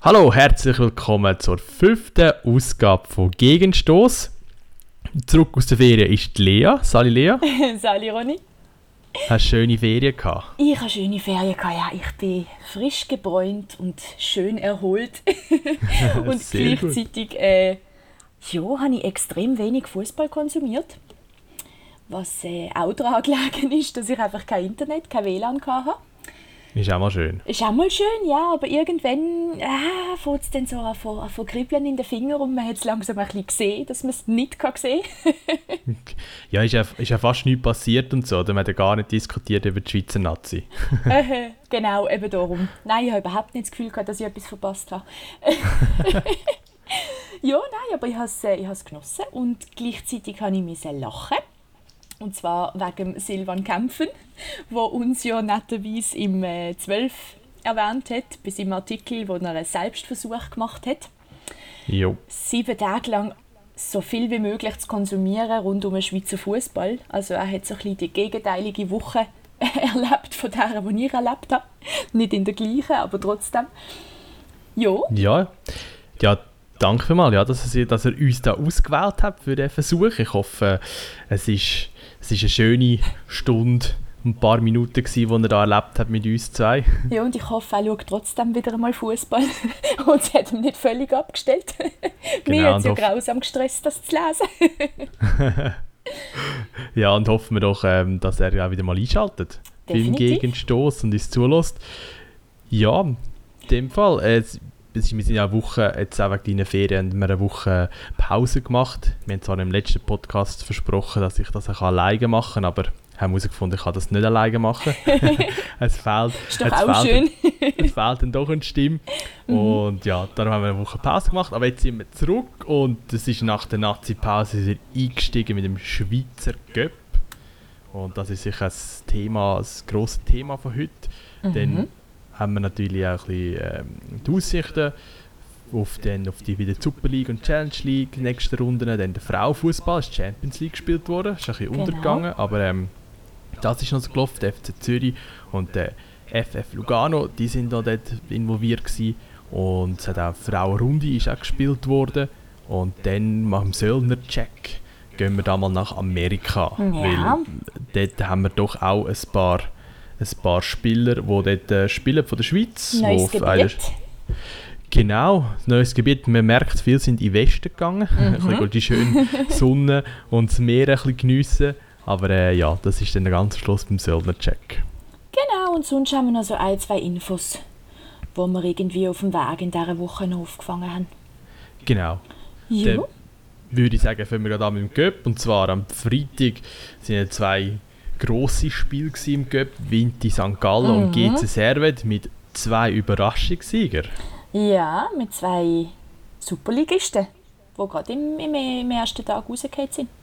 Hallo, herzlich willkommen zur 5. Ausgabe von Gegenstoß. Zurück aus der Ferien ist die Lea. Sali Lea. Sali Ronny. Hast du schöne Ferien gehabt? Ich hatte schöne Ferien. Ja, ich bin frisch gebräunt und schön erholt. Und gleichzeitig habe ich extrem wenig Fußball konsumiert. Was auch daran gelegen ist, dass ich einfach kein Internet, kein WLAN hatte. Ist auch mal schön. Ist auch mal schön, ja, aber irgendwann fängt es dann so an zu kribbeln in den Fingern und man hat es langsam ein bisschen gesehen, dass man es nicht sehen kann. Ja, ist ja fast nichts passiert und so. Man hat ja gar nicht diskutiert über die Schweizer Nazi. Genau, eben darum. Nein, ich habe überhaupt nicht das Gefühl gehabt, dass ich etwas verpasst habe. Ja, nein, aber ich habe es genossen und gleichzeitig musste ich lachen. Und zwar wegen Silvan Kämpfen, der uns ja netterweise im 12 erwähnt hat, bei seinem Artikel, wo er einen Selbstversuch gemacht hat. Jo. 7 Tage lang so viel wie möglich zu konsumieren rund um den Schweizer Fußball. Also er hat so ein bisschen die gegenteilige Woche erlebt von der, die ich erlebt habe. Nicht in der gleichen, aber trotzdem. Jo. Ja, danke vielmals, ja, dass er uns da ausgewählt hat für diesen Versuch. Ich hoffe, es ist eine schöne Stunde, ein paar Minuten gewesen, die er da erlebt hat mit uns zwei. Ja, und ich hoffe, er schaut trotzdem wieder einmal Fußball und es hat ihm nicht völlig abgestellt. Mir hat es ja grausam gestresst, das zu lesen. Ja, und hoffen wir doch, dass er auch wieder mal einschaltet. Beim Gegenstoß und uns zulässt. Ja, in dem Fall, wir sind ja eine Woche, jetzt auch wegen deiner Ferien, haben wir eine Woche Pause gemacht. Wir haben zwar im letzten Podcast versprochen, dass ich das auch alleine machen kann, aber haben herausgefunden, ich kann das nicht alleine machen. Es fehlt dann doch eine Stimme. Und ja, darum haben wir eine Woche Pause gemacht. Aber jetzt sind wir zurück und es ist nach der Nazi-Pause eingestiegen mit dem Schweizer Göpp. Und das ist sicher ein grosses Thema von heute. Dann haben wir natürlich auch ein bisschen die Aussichten auf die wieder Super League und Challenge League, nächste Runde. Dann der Frauenfußball, ist Champions League gespielt worden, ist ein bisschen untergegangen, aber das ist noch so gelaufen, der FC Zürich und der FF Lugano, die sind da dort involviert gewesen. Und es hat auch Frauenrunde ist auch gespielt worden und dann nach dem Söllner-Check gehen wir da mal nach Amerika, weil dort haben wir doch auch ein paar Spieler, die dort spielen von der Schweiz. Neues Gebiet. Genau, neues Gebiet. Man merkt, viele sind in den Westen gegangen. Ein bisschen die schöne Sonne und das Meer ein bisschen geniessen. Aber ja, das ist dann der ganze Schluss beim Söldner-Check. Genau, und sonst haben wir noch so 1-2 Infos, die wir irgendwie auf dem Weg in dieser Woche noch aufgefangen haben. Genau. Ja. Dann würde ich sagen, fangen wir gerade an mit dem Göpp. Und zwar am Freitag sind 2 grosse Spiele im Göpp. Vinti St. Gallen und GC Servet mit 2 Überraschungssieger. Ja, mit 2 Superligisten, die gerade im ersten Tag rausgefallen sind.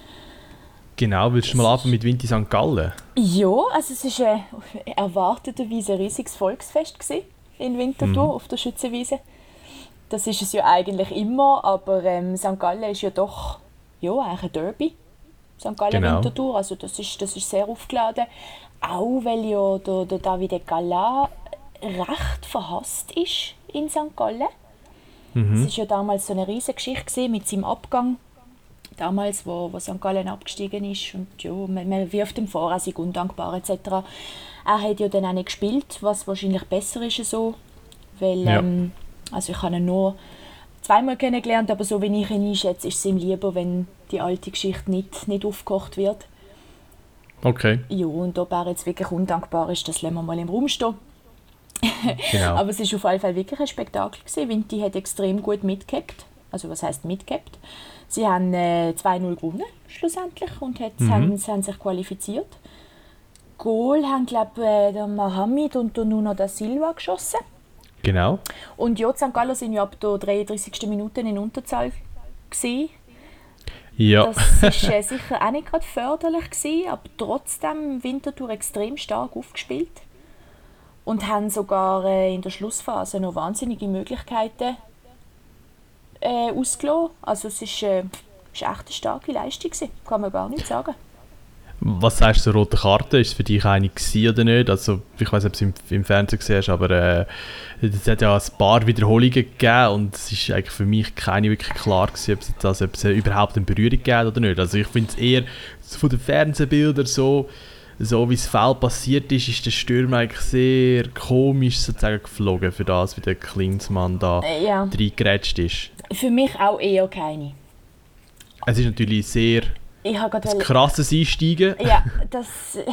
Genau, willst du mal anfangen mit Vinti St. Gallen? Ja, also es war erwarteterweise ein riesiges Volksfest in Winterthur auf der Schützenwiese. Das ist es ja eigentlich immer, aber St. Gallen ist ja doch eigentlich ein Derby. St. Gallen Winterthur, also das ist sehr aufgeladen. Auch weil ja der Davide Gala recht verhasst ist in St. Gallen. Es war ja damals so eine riesige Geschichte mit seinem Abgang. Damals, wo St. Gallen abgestiegen ist und ja, man wirft ihm vor, er sei undankbar etc. Er hat ja dann auch nicht gespielt, was wahrscheinlich besser ist so, weil also ich habe ihn nur zweimal kennengelernt, aber so wie ich ihn einschätze, ist es ihm lieber, wenn die alte Geschichte nicht aufgekocht wird. Okay. Ja, und ob er jetzt wirklich undankbar ist, das lassen wir mal im Raum stehen. Genau. Aber es war auf jeden Fall wirklich ein Spektakel gewesen. Vinti hat extrem gut mitgehabt. Also was heisst mitgehabt? Sie haben 2-0 gewonnen, schlussendlich, und haben sich qualifiziert. Goal haben, glaube ich, der Mohamed und der Nuno da Silva geschossen. Genau. Und ja, die St. Galler waren ja ab der 33. Minute in Unterzahl gewesen. Ja. Das war sicher auch nicht gerade förderlich gewesen, aber trotzdem Winterthur extrem stark aufgespielt. Und haben sogar in der Schlussphase noch wahnsinnige Möglichkeiten ausgelassen. Also es ist echt eine starke Leistung gewesen, kann man gar nicht sagen. Was sagst du zur roten Karte? Ist es für dich eine gewesen oder nicht? Also, ich weiß nicht, ob du es im Fernsehen gesehen hast, aber es hat ja ein paar Wiederholungen gegeben und es ist eigentlich für mich keine wirklich klar gewesen, ob es überhaupt eine Berührung gegeben oder nicht. Also ich finde es eher von den Fernsehbildern so wie das Foul passiert ist der Stürmer eigentlich sehr komisch sozusagen geflogen für das, wie der Klinsmann da reingerätscht ist. Für mich auch eher keine. Es ist natürlich sehr ein krasses Einsteigen. Ja, das...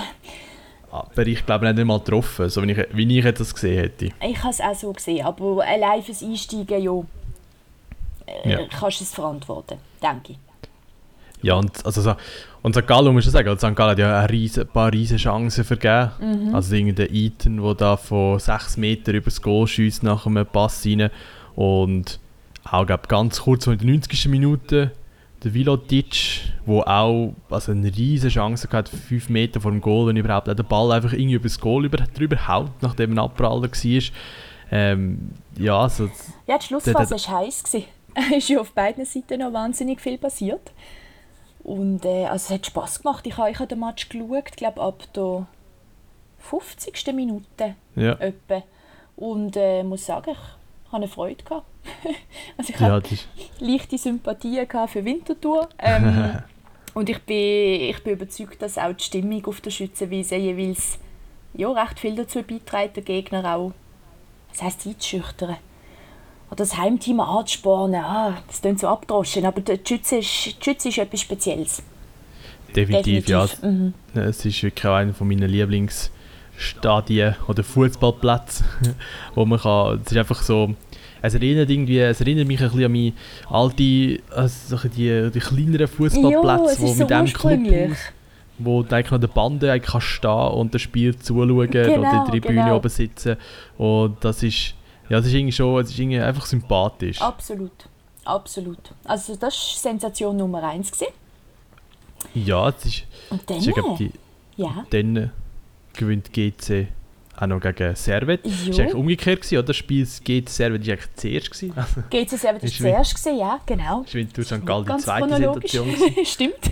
Aber ich glaube nicht einmal getroffen, so wie ich das gesehen hätte. Ich habe es auch so gesehen, aber allein fürs Einsteigen, kannst du es verantworten, denke ich. Ja, und St. Gallen, muss ich sagen, St. Gallen hat ja ein paar riesen Chancen vergeben. Mhm. Also irgendein Eaton, der da von 6 Metern über das Goal schiesst nach einem Pass rein. Und auch ganz kurz in der 90. Minute der Vilotic, der auch eine riesige Chance hatte, 5 Meter vor dem Goal, wenn überhaupt der Ball einfach irgendwie über das Goal drüber haut, nachdem ein Abpraller war. Die Schlussphase war heiß. Es ist ja auf beiden Seiten noch wahnsinnig viel passiert. Und es hat Spass gemacht. Ich habe den Match geschaut, glaube ab der 50. Minute. Ja. Etwa. Und muss sagen, ich hatte eine Freude gehabt. Also ich hatte leichte Sympathien für Winterthur. Und ich bin überzeugt, dass auch die Stimmung auf der Schützenwiese jeweils recht viel dazu beiträgt, den Gegner auch, das heisst, einzuschüchtern. Oder das Heimteam anzuspornen. Das klingt so abgedroschen, aber die Schütze ist etwas Spezielles. Definitiv. Ja. Mhm. Es ist wirklich auch einer meiner Lieblingsstadien oder Fußballplätze, wo man kann. Es ist einfach so. Es erinnert mich ein bisschen an meine alte, die kleineren Fußballplätze, wo mit dem Clubhaus, wo du eigentlich noch der Bande stehen kann und das Spiel zuschauen oder in der Tribüne oben sitzen. Und das ist irgendwie einfach sympathisch. Absolut. Also das war Sensation Nummer 1 gewesen. Ja, es ist. Und dann? Dann gewinnt GC auch noch gegen Servet. Das war eigentlich umgekehrt, oder? Das Spiel GC Servet war eigentlich zuerst. GC Servet war zuerst, ja, genau. Das war Winter St. Gallen die zweite Sensation. Stimmt.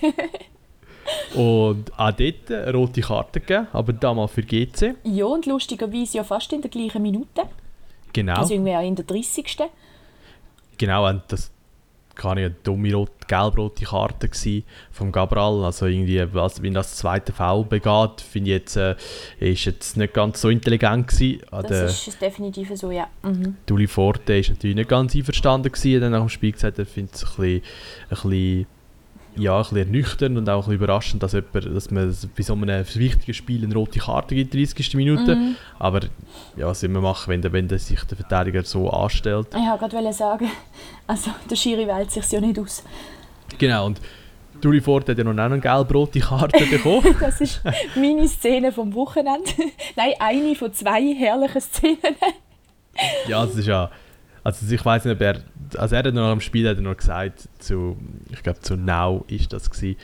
Und auch dort eine rote Karte gegeben, aber damals für GC. Ja, und lustigerweise fast in der gleichen Minute. Genau. Also irgendwie auch in der 30. Genau, und das war eine dumme gelb-rote Karte vom Cabral. Also irgendwie, wenn das zweite Foul begeht, finde ich ist jetzt nicht ganz so intelligent gewesen. Das ist definitiv so, ja. Mhm. Uli Forte war natürlich nicht ganz einverstanden gewesen, dann nach dem Spiel gesagt, er findet es ein bisschen ernüchternd und auch ein bisschen überraschend, dass man bei so einem wichtigen Spiel eine rote Karte gibt, in der 30. Minute. Mhm. Aber ja, was soll man machen, wenn sich der Verteidiger so anstellt? Ich wollte gerade sagen, also der Schiri wählt sich ja nicht aus. Genau, und Uli Forte hat ja noch eine gelb-rote Karte bekommen. Das ist meine Szene vom Wochenende. Nein, eine von 2 herrlichen Szenen. Ja, das ist ja... Also ich weiss nicht, ob er hat noch am Spiel hat er noch gesagt, ich glaube zu Now ist das gewesen,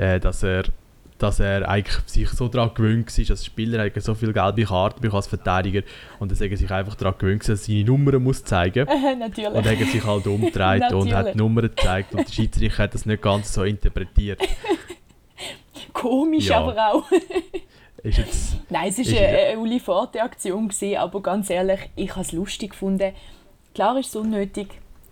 dass er eigentlich sich so daran gewöhnt war, als Spieler eigentlich so viele gelbe Karten bekommen als Verteidiger und er sich einfach daran gewöhnt, dass er seine Nummern muss zeigen muss. Natürlich. Und er hat sich halt umgedreht und hat die Nummern gezeigt und der Schiedsrichter hat das nicht ganz so interpretiert. Komisch, ja. Aber auch. Nein, es war eine Uli Forte-Aktion, aber ganz ehrlich, ich habe es lustig gefunden. Klar ist es unnötig.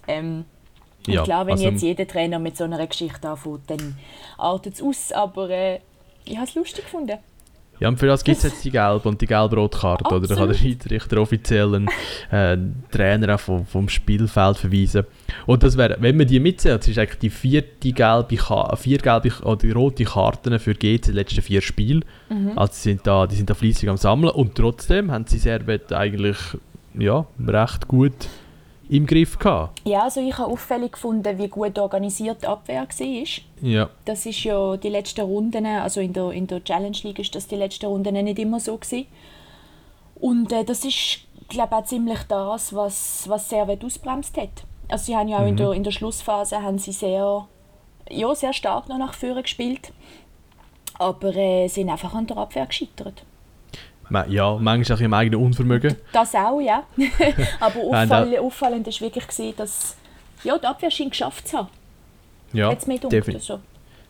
Klar, wenn jetzt jeder Trainer mit so einer Geschichte anfängt, dann artet es aus. Aber ich habe es lustig gefunden. Ja, und für das gibt es jetzt die gelbe und die gelb-rote Karte. Oder da kann der Schiedsrichter offiziell einen Trainer auch vom Spielfeld verweisen. Und das wäre, wenn man die mitzählt, ist eigentlich die vier gelbe oder rote Karten für GC in den letzten 4 Spielen. Mhm. Also die sind da fleissig am Sammeln. Und trotzdem haben sie Servet eigentlich recht gut im Griff gehabt. Ja, also ich habe auffällig gefunden, wie gut organisiert die Abwehr war. Ja. Das ist ja die letzten Runden, also in der Challenge League ist das die letzten Runden nicht immer so gewesen. Und das ist, glaube ich, auch ziemlich das, was Servet ausbremst hat. Also sie haben ja auch in der Schlussphase haben sie sehr stark noch nach vorne gespielt, aber sind einfach an der Abwehr gescheitert. Ja, manchmal auch im eigenen Unvermögen. Das auch, ja. Aber auffallend war wirklich, dass die Abwehr schien geschafft zu haben. Ja, jetzt mehr dunkel, so.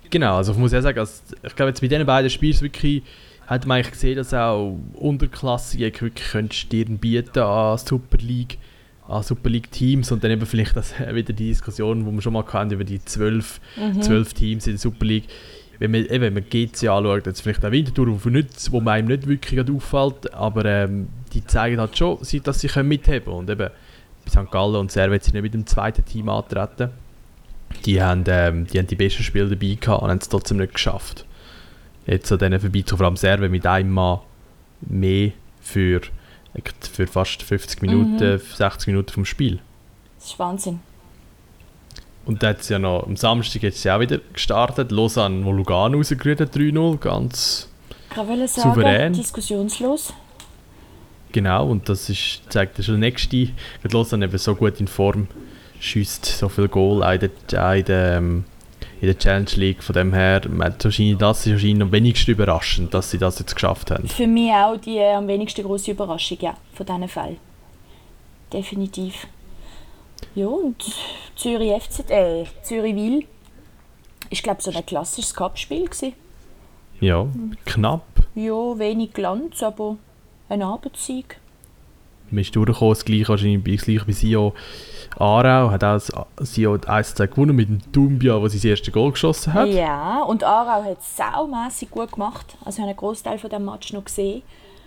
Genau, also ich muss ja sagen, also ich glaube jetzt bei diesen beiden Spielen wirklich hat man eigentlich gesehen, dass auch Unterklassige wirklich können Stirn bieten an Super League Teams und dann eben vielleicht das, wieder die Diskussion, die wir schon mal hatten über die 12 Teams in der Super League. Wenn man GC anschaut, jetzt vielleicht auch Winterthur, wo man einem nicht wirklich auffällt, aber die zeigen halt schon, dass sie mithaben können. Und eben bei St. Gallen und Servet sind nicht mit dem zweiten Team antreten. Die haben die besten Spiele dabei gehabt und haben es trotzdem nicht geschafft. Jetzt an denen vorbeizukommen, vor allem Servet mit einem Mann mehr für fast 50 Minuten, 60 Minuten vom Spiel. Das ist Wahnsinn. Und dann hat es ja noch, am Samstag hat es ja auch wieder gestartet. Lausanne, wo Lugano rausgerührt hat, 3-0, ganz souverän. Diskussionslos. Genau, und das zeigt schon der nächste, wenn Lausanne eben so gut in Form schießt, so viel Goal auch in der Challenge League. Von dem her, das ist wahrscheinlich am wenigsten überraschend, dass sie das jetzt geschafft haben. Für mich auch die am wenigsten grosse Überraschung, ja, von diesen Fällen. Definitiv. Ja, und Zürich-Wil ist, glaube ich, so ein klassisches Cup-Spiel gewesen. Ja, knapp. Ja, wenig Glanz, aber ein Arbeitssieg. Man ist durchgekommen, das gleiche bei Sio Aarau, hat auch Sio 1-2 gewonnen mit dem Dumbia, der sein erstes Goal geschossen hat. Ja, und Aarau hat es saumässig gut gemacht. Also ich habe einen Großteil von diesem Match noch gesehen.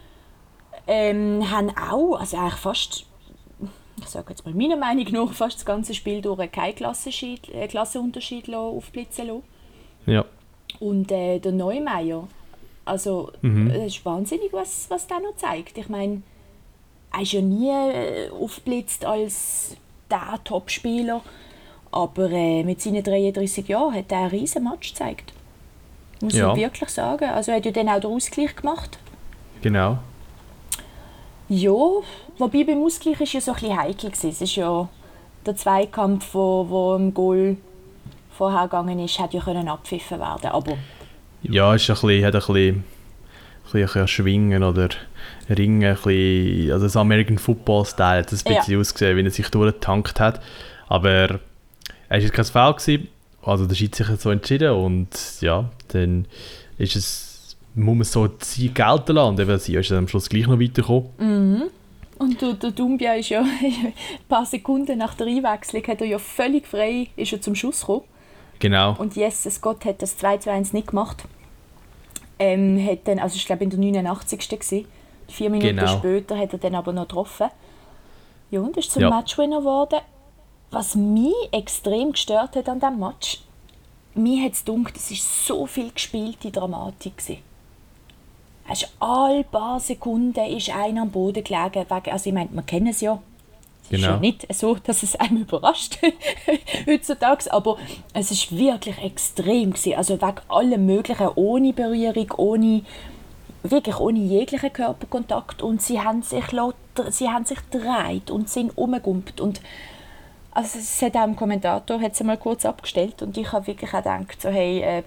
Haben auch, also eigentlich fast, ich sage jetzt mal meiner Meinung nach, fast das ganze Spiel durch keinen Klassenunterschied aufblitzen lassen. Ja. Und der Neumeier, also es ist wahnsinnig, was der noch zeigt. Ich meine, er ist ja nie aufgeblitzt als der Topspieler, aber mit seinen 33 Jahren hat er einen riesen Match gezeigt. Muss ich wirklich sagen. Also er hat ja dann auch den Ausgleich gemacht. Genau. Ja, wobei beim Ausgleich war ja so ein bisschen heikel. Es ist ja der Zweikampf, wo im Goal vorher gegangen ist, hätte ja abgepfiffen werden. Aber ja, es hat ein bisschen Schwingen oder Ringen, also das American Football Style hat es ein bisschen ausgesehen, wie er sich durchgetankt hat. Aber es war kein Foul gewesen, also der Schiedsrichter hat so entschieden und ja, dann muss man so gelten lassen und eben sie ist dann am Schluss gleich noch weitergekommen. Mhm. Und der Dumbia ist ja ein paar Sekunden nach der Einwechslung hat er ja völlig frei ist er zum Schuss gekommen. Genau. Und Jesus Gott hat das 2-1 nicht gemacht. Hat dann, also ich glaube in der 89. gewesen. 4 Minuten später hat er dann aber noch getroffen. Ja, und ist zum Matchwinner geworden. Was mich extrem gestört hat an diesem Match, mir hat es gedacht, es war so viel gespielte Dramatik gewesen. Also alle paar Sekunden ist einer am Boden gelegen. Also ich meine, man kennt es ja. Es ist ja nicht so, dass es einem überrascht heutzutage, aber es war wirklich extrem gewesen. Also wegen allem Möglichen, ohne Berührung, wirklich ohne jeglichen Körperkontakt. Und sie haben sich gedreht und sind rumgegumpt. Und also es hat auch ein Kommentator hat es mal kurz abgestellt und ich habe wirklich auch gedacht, so, hey,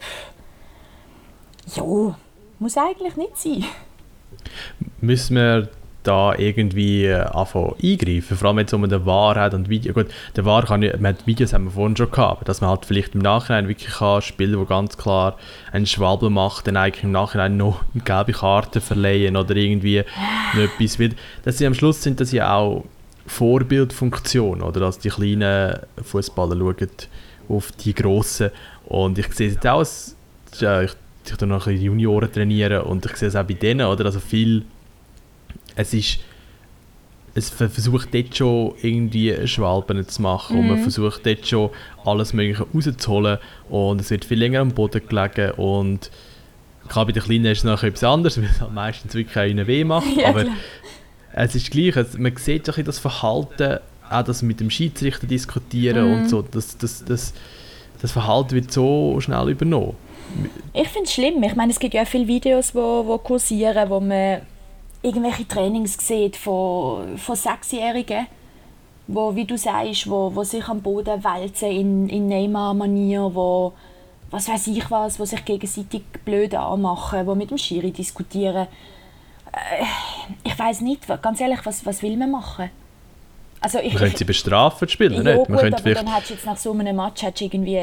muss eigentlich nicht sein. Müssen wir da irgendwie anfangen eingreifen, vor allem wenn es um den VAR hat und Video. Gut, der VAR Videos haben wir vorhin schon gehabt, aber dass man halt vielleicht im Nachhinein wirklich Spiele, wo ganz klar einen Schwalbe macht, dann eigentlich im Nachhinein noch eine gelbe Karte verleihen oder irgendwie noch etwas. Dass sie am Schluss sind das ja auch Vorbildfunktion, oder dass die kleinen Fußballer schauen auf die grossen. Und ich sehe es jetzt auch, ich tue noch ein bisschen Junioren trainieren und ich sehe es auch bei denen, oder? Also viel, es versucht dort schon irgendwie Schwalben zu machen und man versucht dort schon alles Mögliche rauszuholen und es wird viel länger am Boden gelegen und klar, bei den Kleinen ist es noch etwas anderes, weil es halt meistens wirklich einen weh macht, aber klar. Es ist gleich, man sieht ein das Verhalten, auch das mit dem Schiedsrichter diskutieren und so, das Verhalten wird so schnell übernommen. Ich finde es schlimm. Ich meine, es gibt ja auch viele Videos, die kursieren, wo man irgendwelche Trainings sieht von 6-Jährigen, wo, wie du sagst, wo sich am Boden wälzen in Neymar-Manier, wo was weiß ich was, wo sich gegenseitig blöd anmachen, wo mit dem Schiri diskutieren. Ich weiss nicht, ganz ehrlich, was will man machen? Also man könnte sie bestrafen, die Spieler, ja, nicht? Man gut, aber dann hättest du jetzt nach so einem Match irgendwie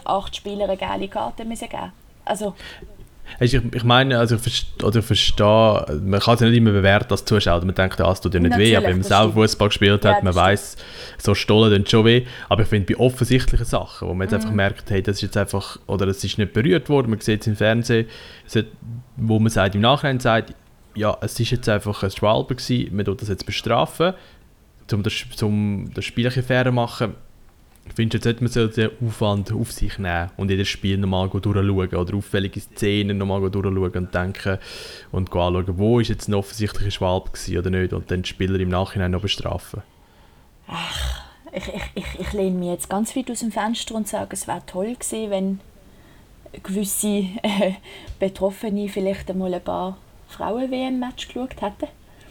8 Spieler eine gelbe Karte müssen geben. Also... Ich meine, also ich verstehe, man kann es ja nicht immer bewerten als Zuschauer. Man denkt, es tut ja nicht weh, aber wenn man selber Fußball gespielt hat, man weiss, so Stollen tun schon weh. Aber ich finde, bei offensichtlichen Sachen, wo man jetzt einfach merkt, hey, das ist jetzt einfach, oder es ist nicht berührt worden, man sieht es im Fernsehen, wo man sagt, im Nachhinein sagt, ja, es ist jetzt einfach ein Schwalbe gewesen, man tut das jetzt bestrafen, um das Spiel ein bisschen fairer machen. Ich finde, jetzt sollte man den Aufwand auf sich nehmen und jedes Spiel nochmal durchschauen oder auffällige Szenen nochmal durchschauen und denken und anschauen, wo ist jetzt ein offensichtlicher Schwalbe gewesen oder nicht und dann die Spieler im Nachhinein noch bestrafen. Ach, ich lehne mich jetzt ganz weit aus dem Fenster und sage, es wäre toll gewesen, wenn gewisse Betroffene vielleicht einmal ein paar Frauen-WM-Match geschaut hätten.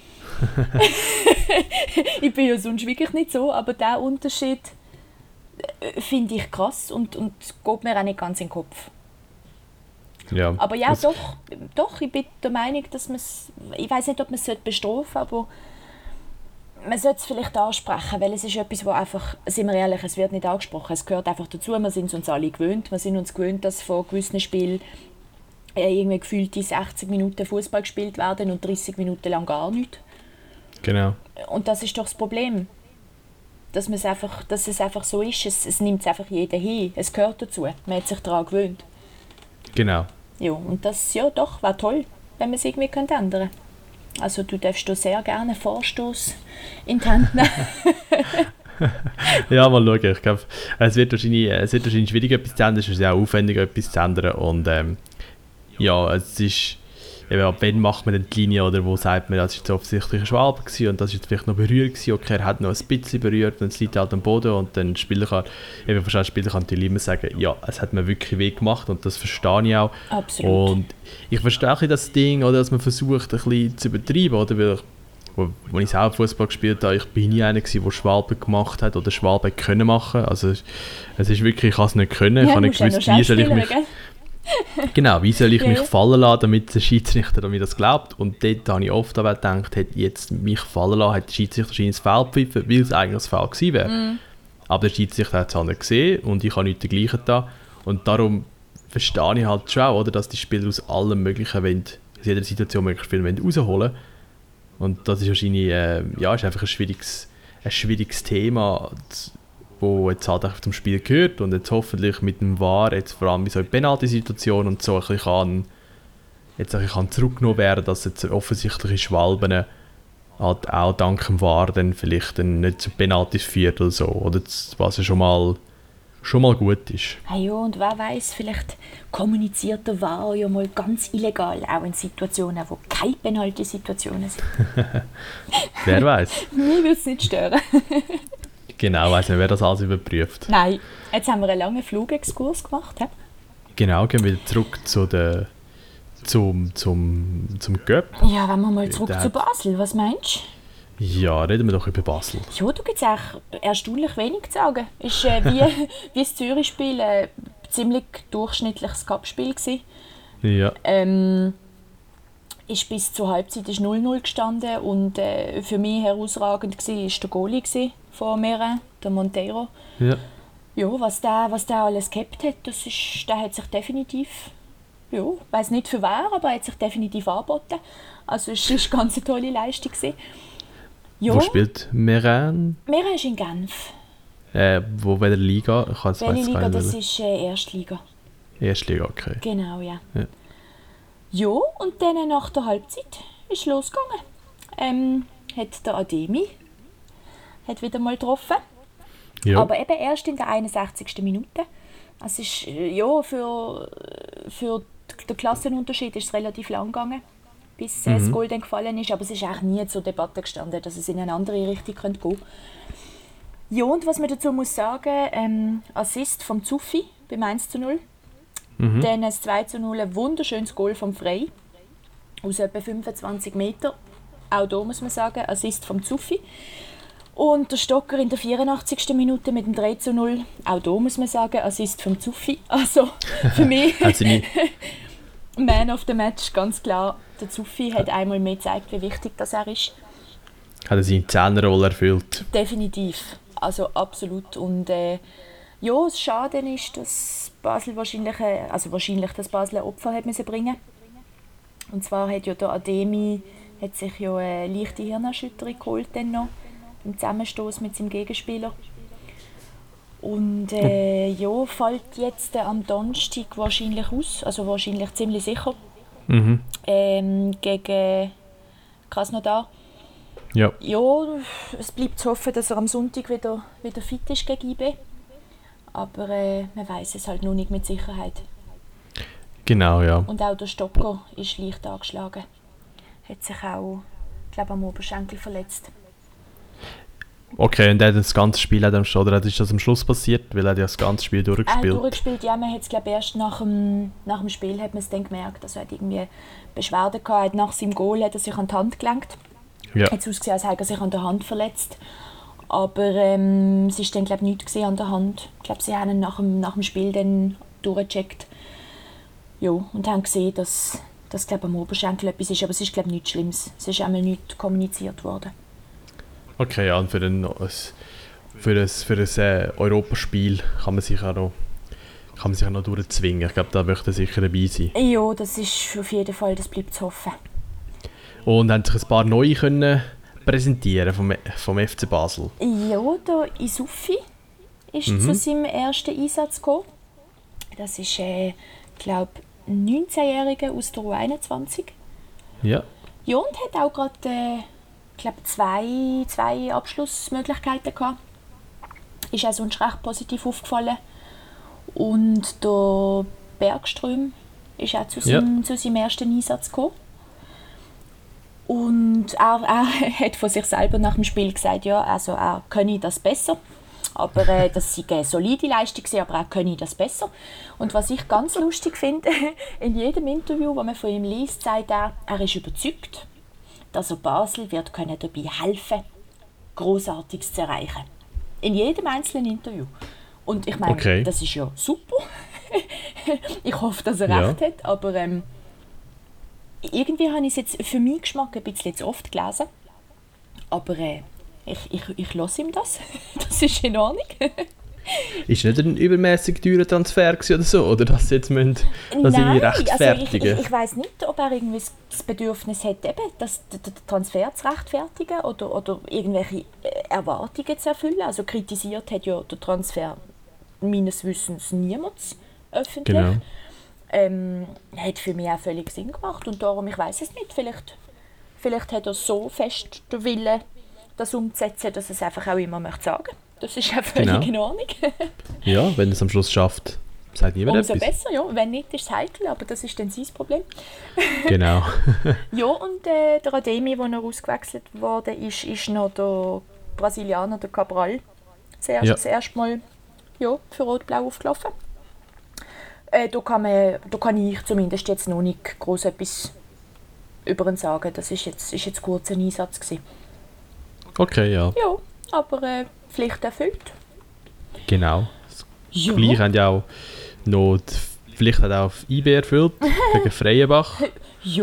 Ich bin ja sonst wirklich nicht so, aber der Unterschied finde ich krass und geht mir auch nicht ganz in den Kopf. Ja, aber ja, doch, ich bin der Meinung, dass man es, ich weiß nicht, ob man es bestrafen sollte, aber man sollte es vielleicht ansprechen, weil es ist etwas, wo einfach, sind wir ehrlich, es wird nicht angesprochen, es gehört einfach dazu, wir sind uns alle gewöhnt, wir sind uns gewöhnt, dass vor gewissen Spielen irgendwie gefühlte 60 Minuten Fußball gespielt werden und 30 Minuten lang gar nichts. Genau. Und das ist doch das Problem. Dass es einfach so ist, es nimmt es einfach jeder hin, es gehört dazu, man hat sich daran gewöhnt. Genau. Ja, und das, ja doch, wäre toll, wenn man es irgendwie ändern könnte. Also du darfst da sehr gerne Vorstoß in die Hand nehmen. Ja, mal schauen, ich glaube, es wird wahrscheinlich schwierig etwas zu ändern, es ist ja auch aufwendig etwas zu ändern und ja, es ist... Eben, ab wann macht man denn die Linie, oder wo sagt man, das war jetzt offensichtlich ein Schwalbe gewesen, und das war jetzt vielleicht noch berührt gewesen, okay, er hat noch ein bisschen berührt und es liegt halt am Boden und dann Spieler kann natürlich immer sagen, ja, es hat mir wirklich weh gemacht und das verstehe ich auch. Absolut. Und ich verstehe auch das Ding, oder, dass man versucht, ein bisschen zu übertreiben, oder, weil als ich selber Fußball gespielt habe, ich bin nie einer gewesen, der Schwalbe gemacht hat oder Schwalbe können machen. Also es ist wirklich, ich kann es nicht können, ich habe nicht gewusst, wie soll ich mich... Genau, wie soll ich mich fallen lassen, damit der Schiedsrichter mir das glaubt? Und dort habe ich oft gedacht, hätte ich jetzt mich fallen lassen, hätte der Schiedsrichter wahrscheinlich das Foul gepfiffen, weil es eigentlich das Foul gewesen wäre. Aber der Schiedsrichter hat es halt nicht gesehen und ich habe nicht dergleichen da. Und darum verstehe ich halt schon, oder, dass die Spieler aus allem Möglichen wollen, aus jeder Situation möglichst viel rausholen wollen. Und das ist wahrscheinlich ist einfach ein schwieriges Thema, wo jetzt halt zum Spiel gehört und jetzt hoffentlich mit dem VAR, jetzt vor allem bei so einer Penalty-Situation und so ein bisschen kann zurückgenommen werden, dass jetzt offensichtliche Schwalben halt auch dank dem VAR dann vielleicht dann nicht zu Penaltys führt oder so, oder was ja schon mal gut ist. Ah ja, und wer weiß, vielleicht kommuniziert der VAR ja mal ganz illegal, auch in Situationen, wo keine Penalty-Situationen sind. Wer weiß. Mich würde es nicht stören. Genau, weiss nicht, wer das alles überprüft. Nein, jetzt haben wir einen langen Flugexkurs gemacht. He? Genau, gehen wir wieder zurück zum Göpp. Ja, wenn wir mal zurück zu Basel, was meinst du? Ja, reden wir doch über Basel. Ja, da gibt es eigentlich erstaunlich wenig zu sagen. Es war wie das Zürich-Spiel ein ziemlich durchschnittliches Cup-Spiel. Ja. Ist bis zur Halbzeit 0-0 gestanden und für mich herausragend war der Goalie von Meren, der Monteiro. Ja. Ja, was der alles gehabt hat, der hat sich definitiv, ja, ich weiss nicht für wer, aber er hat sich definitiv angeboten. Also es war eine ganz tolle Leistung. Ja. Wo spielt Meren? Meren ist in Genf. Welche Liga? Welche Liga? Das ist Erstliga. Erstliga, okay. Genau, ja. Ja, und dann nach der Halbzeit ist losgegangen. Hat der Ademi wieder mal getroffen. Ja. Aber eben erst in der 61. Minute. Es ist, ja, für den Klassenunterschied ist es relativ lang gegangen, bis das Goal dann gefallen ist. Aber es ist eigentlich nie zur Debatte gestanden, dass es in eine andere Richtung gehen könnte. Ja, und was man dazu muss sagen, Assist vom Zuffi beim 1:0. Dann ein 2:0, ein wunderschönes Goal vom Frey aus etwa 25 Meter. Auch hier muss man sagen, Assist vom Zuffi. Und der Stocker in der 84. Minute mit dem 3:0. Auch hier muss man sagen, Assist vom Zuffi. Also für mich Man of the Match, ganz klar. Der Zuffi hat einmal mehr gezeigt, wie wichtig das er ist. Hat er seine Zehnerrolle erfüllt? Definitiv. Also absolut. Und Ja, das Schade ist, dass Basel wahrscheinlich das Basel ein Opfer hat müssen bringen. Und zwar hat ja der Ademi hat sich ja eine leichte Hirnerschütterung geholt dann noch im Zusammenstoß mit seinem Gegenspieler. Und ja, fällt jetzt am Donnerstag wahrscheinlich aus, also wahrscheinlich ziemlich sicher, gegen Krasnodar. Ja. Ja, es bleibt zu hoffen, dass er am Sonntag wieder fit ist gegen IB. Aber man weiß es halt noch nicht mit Sicherheit. Genau, ja. Und auch der Stocker ist leicht angeschlagen. Hat sich auch, glaube am Oberschenkel verletzt. Okay, und er hat das ganze Spiel oder ist das am Schluss passiert? Weil er hat ja das ganze Spiel durchgespielt. Durchgespielt, ja. Man hat es, glaube erst nach dem Spiel hat man es dann gemerkt. Also er hat irgendwie Beschwerden gehabt. Nach seinem Goal hat er sich an die Hand gelenkt. Ja. Hat es ausgesehen, als hätte er sich an der Hand verletzt. Aber es war dann, glaube ich, nichts an der Hand. Ich glaube, sie haben ihn nach dem Spiel dann durchgecheckt. Ja, und haben gesehen, dass glaube am Oberschenkel etwas ist. Aber es ist, glaube ich, nichts Schlimmes. Es ist einmal nichts kommuniziert worden. Okay, ja, und für ein Europaspiel kann man sich auch noch durchzwingen. Ich glaube, da möchte er sicher dabei sein. Ja, das ist auf jeden Fall, das bleibt zu hoffen. Und haben sich ein paar neue können präsentieren vom FC Basel. Ja, der Isufi ist zu seinem ersten Einsatz gekommen. Das ist, glaube ich, ein 19-Jähriger aus der U21. Ja. Ja, und hat auch gerade zwei Abschlussmöglichkeiten gehabt. Ist auch sonst recht positiv aufgefallen. Und der Bergström ist auch zu seinem ersten Einsatz gekommen. Und er hat von sich selber nach dem Spiel gesagt, ja, also er könne das besser. Aber das sei eine solide Leistung, aber er könne das besser. Und was ich ganz lustig finde, in jedem Interview, das man von ihm liest, sagt er ist überzeugt, dass er Basel wird können dabei helfen, Grossartiges zu erreichen. In jedem einzelnen Interview. Und ich meine, Das ist ja super. Ich hoffe, dass er recht hat, aber irgendwie habe ich es jetzt für meinen Geschmack ein bisschen zu oft gelesen. Aber ich lasse ihm das. Das ist in Ordnung. Ist nicht ein übermäßig teurer Transfer oder so? Oder dass jetzt das irgendwie rechtfertigen? Also ich weiss nicht, ob er irgendwie das Bedürfnis hat, eben, den Transfer zu rechtfertigen oder irgendwelche Erwartungen zu erfüllen. Also kritisiert hat ja der Transfer meines Wissens niemand öffentlich. Genau. Hat für mich auch völlig Sinn gemacht und darum, ich weiss es nicht, vielleicht hat er so fest den Willen, das umzusetzen, dass er es einfach auch immer möchte sagen. Das ist auch völlig in Ordnung. Ja, wenn er es am Schluss schafft, sagt niemand umso etwas. Besser, ja. Wenn nicht, ist es heikel, aber das ist dann sein Problem. Genau. Ja, und der Ademi, der noch ausgewechselt wurde, ist noch der Brasilianer, der Cabral. Das erste Mal für Rot-Blau aufgelaufen. Da kann ich zumindest jetzt noch nicht groß etwas über ihn sagen. Das ist jetzt kurz ein Einsatz gewesen. Okay, ja. Ja, aber Pflicht erfüllt. Genau. Ja. Gleich haben ja auch noch die Pflicht hat auch auf IB erfüllt, gegen Freienbach. Ja.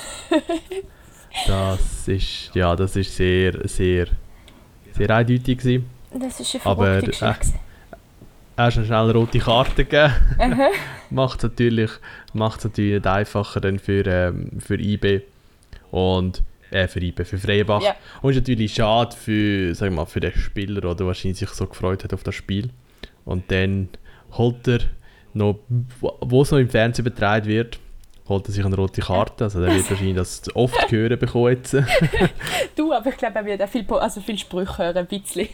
Das ist sehr, sehr, sehr eindeutig gewesen. Das ist eine verrückte Geschichte. Erst eine schnell rote Karte gegeben. Macht es natürlich nicht einfacher dann für IB und für Freienbach. Ja. Und es ist natürlich schade für den Spieler, der wahrscheinlich sich so gefreut hat auf das Spiel. Und dann holt er noch, wo es noch im Fernsehen übertragen wird, holt er sich eine rote Karte. Also der wird wahrscheinlich das oft hören bekommen jetzt. Du, aber ich glaube, er wird auch viel Sprüche hören, ein bisschen.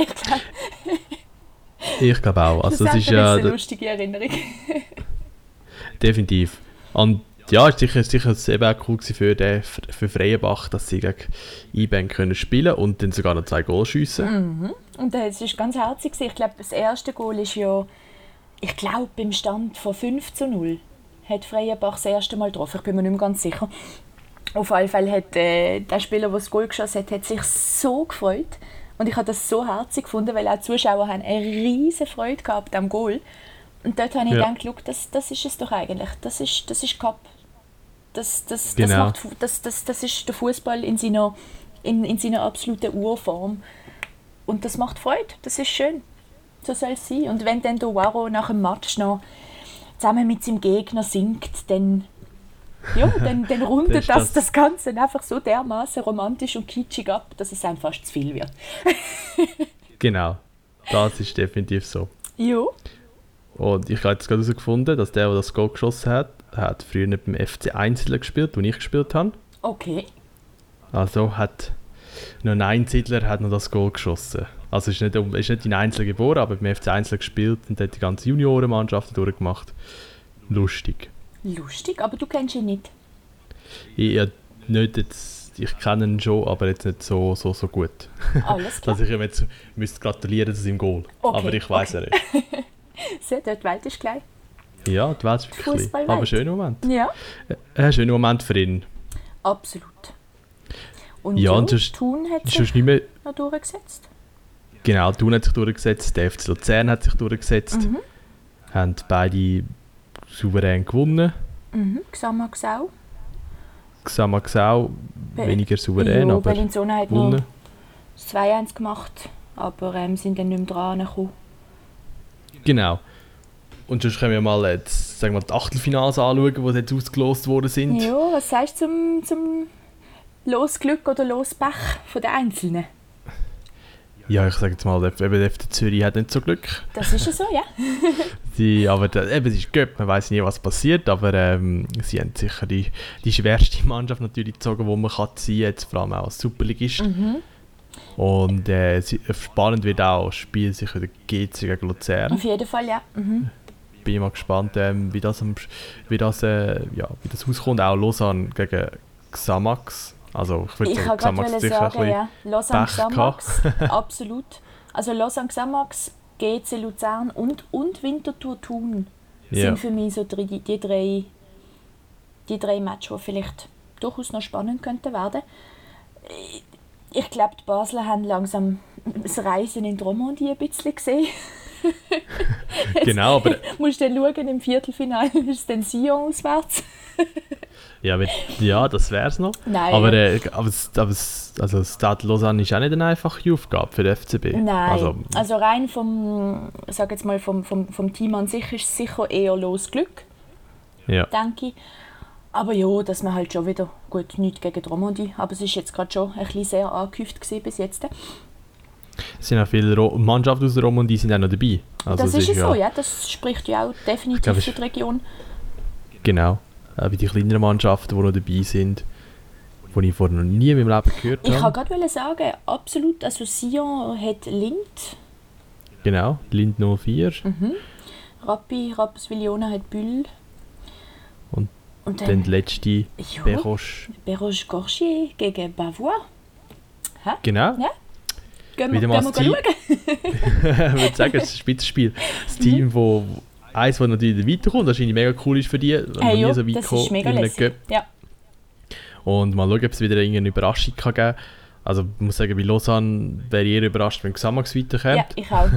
Ich glaube auch. Also das ist ja eine lustige Erinnerung. Definitiv. Und ja, es war sicher eben auch cool für Freienbach, dass sie gegen IB können spielen und dann sogar noch 2 Goal schiessen. Mhm. Und es war ganz herzig. Ich glaube, das erste Goal ist ja, ich glaube, beim Stand von 5:0 hat Freienbach das erste Mal getroffen. Ich bin mir nicht mehr ganz sicher. Auf jeden Fall hat der Spieler, der das Goal geschossen hat sich so gefreut. Und ich habe das so herzig gefunden, weil auch die Zuschauer haben eine riesige Freude gehabt am Goal. Und dort habe ich gedacht, schau, das ist es doch eigentlich. Das ist Cup. Das ist der Fußball in seiner absoluten Urform. Und das macht Freude. Das ist schön. so soll es sein. Und wenn dann der Waro nach dem Match noch zusammen mit seinem Gegner singt, dann rundet das Ganze einfach so dermaßen romantisch und kitschig ab, dass es einem fast zu viel wird. Genau, das ist definitiv so. Ja. Und ich habe jetzt gerade herausgefunden, dass der das Goal geschossen hat früher nicht beim FC Einsiedeln gespielt, wo ich gespielt habe. Okay. Also hat noch ein Einsiedler hat noch das Goal geschossen. Also ist nicht in Einsiedeln geboren, aber beim FC Einsiedeln gespielt und hat die ganze Juniorenmannschaft durchgemacht. Lustig. Lustig, aber du kennst ihn nicht. Ich kenne ihn schon, aber jetzt nicht so gut. Alles klar. Dass ich ihm jetzt müsste gratulieren zu seinem Goal. Okay, aber ich weiss ja nicht. So, die Welt ist gleich. Ja, die Welt ist wirklich Fußballwelt. aber ein schöner Moment. Ja. Ein schöner Moment für ihn. Absolut. Und ja, ja, und sonst, Thun hat sonst sich nicht mehr, noch durchgesetzt. genau, Thun hat sich durchgesetzt, der FC Luzern hat sich durchgesetzt. Haben beide souverän gewonnen. Xamaxau. Xamaxau weniger souverän, ja, aber Bellinzona hat gewonnen. noch das 2-1 gemacht, aber sind dann nicht mehr dran gekommen. Genau. Und sonst können wir mal jetzt, sagen wir, die Achtelfinals anschauen, die jetzt ausgelost worden sind. Ja, was sagst du zum Losglück oder Lospech von den Einzelnen? Ja, ich sage jetzt mal, der FC Zürich hat nicht so Glück. Das ist ja so, ja. Es ist Göpp, man weiß nie, was passiert, aber sie haben sicher die schwerste Mannschaft natürlich gezogen, die man ziehen kann, jetzt vor allem auch als Superligist. Und spannend wird auch das Spiel sicher der GC gegen Luzern. Auf jeden Fall, ja. Bin mal gespannt, wie das rauskommt. Auch Lausanne gegen Xamax. Also ich würde Ich sagen, kann Xamax gerade sicher sagen, ja. Lausanne Pech Xamax, absolut. Also Lausanne Xamax, GC Luzern und Winterthur Thun sind für mich so die drei Matches, die vielleicht durchaus noch spannend könnten werden. Ich glaube, die Basler haben langsam das Reisen in die Romandie ein bisschen gesehen. Genau, aber musst du dann schauen, im Viertelfinale ist es dann Sion auswärts. ja, das wäre es noch. Nein, aber das Stade Lausanne ist auch nicht eine einfache Aufgabe für den FCB. Nein, also rein vom Team an sich ist es sicher eher Losglück, denke ich. Aber ja, dass man halt schon wieder, gut, nichts gegen die Romandie, aber es ist jetzt gerade schon ein bisschen sehr angehäuft bis jetzt. Es sind auch viele Mannschaften aus der Romandie sind auch noch dabei. Also das ist ja so, ja, das spricht ja auch definitiv für die Region. Genau, wie die kleineren Mannschaften, die noch dabei sind, die ich vorher noch nie in meinem Leben gehört habe. Ich wollte gerade sagen, absolut, also Sion hat Lind. Genau, Lind 04. Rapperswil-Jona hat Bulle. Und dann die letzte Perroche-Gorchier gegen Bavois. Genau. Ja. Gehen wir schauen. Ich würde sagen, es ist ein Spitzenspiel. Das Team, das natürlich weiterkommt, wahrscheinlich mega cool ist für die, wenn nie so weit das ist mega lässig. Ja. Und mal schauen, ob es wieder eine Überraschung kann geben kann. Also ich muss sagen, bei Lausanne wäre ich eher überrascht, wenn Xamax weiterkommt. Ja, ich auch.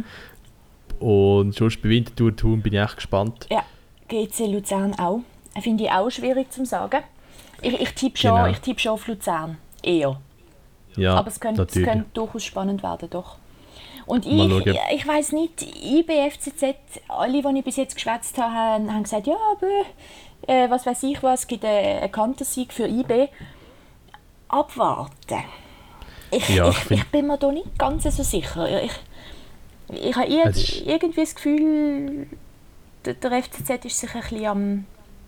Und sonst bei Winterthur Thun bin ich echt gespannt. Ja, GC Luzern auch. Finde ich auch schwierig zu sagen. Ich tippe schon auf Luzern. Eher. Ja, aber es könnte durchaus spannend werden, doch. Und ich weiss nicht, IB, FCZ, alle, die ich bis jetzt geschwätzt habe, haben gesagt, ja, aber was weiß ich was, es gibt einen Kantersieg für IB. Abwarten. Ich bin mir da nicht ganz so sicher. Ich habe irgendwie das Gefühl, der FCZ ist sich ein bisschen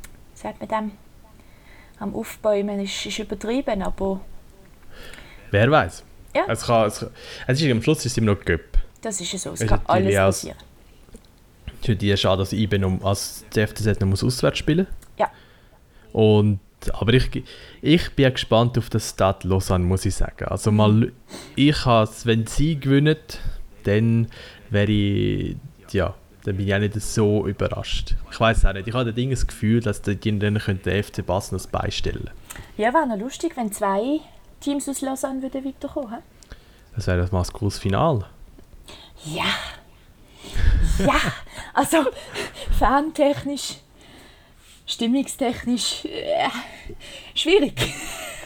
am Aufbäumen, ist übertrieben, aber... Wer weiß? Ja. Es ist am Schluss ist es immer noch Göpp. Das ist ja so, es kann alles passieren. Für die ist schade, dass IB als der FCZ noch auswärts spielen muss. Ja. Aber ich bin gespannt auf das Stade Lausanne, muss ich sagen. Also wenn sie gewinnen, dann wäre ich, dann bin ich auch nicht so überrascht. Ich weiß auch nicht, ich habe das Gefühl, dass die dann den FC Basel noch beistellen. Ja, wäre noch lustig, wenn 2 Teams aus Lausanne würden weiterkommen würden. Das wäre mal ein cooles Finale. Ja. Ja, also fantechnisch, stimmungstechnisch, schwierig.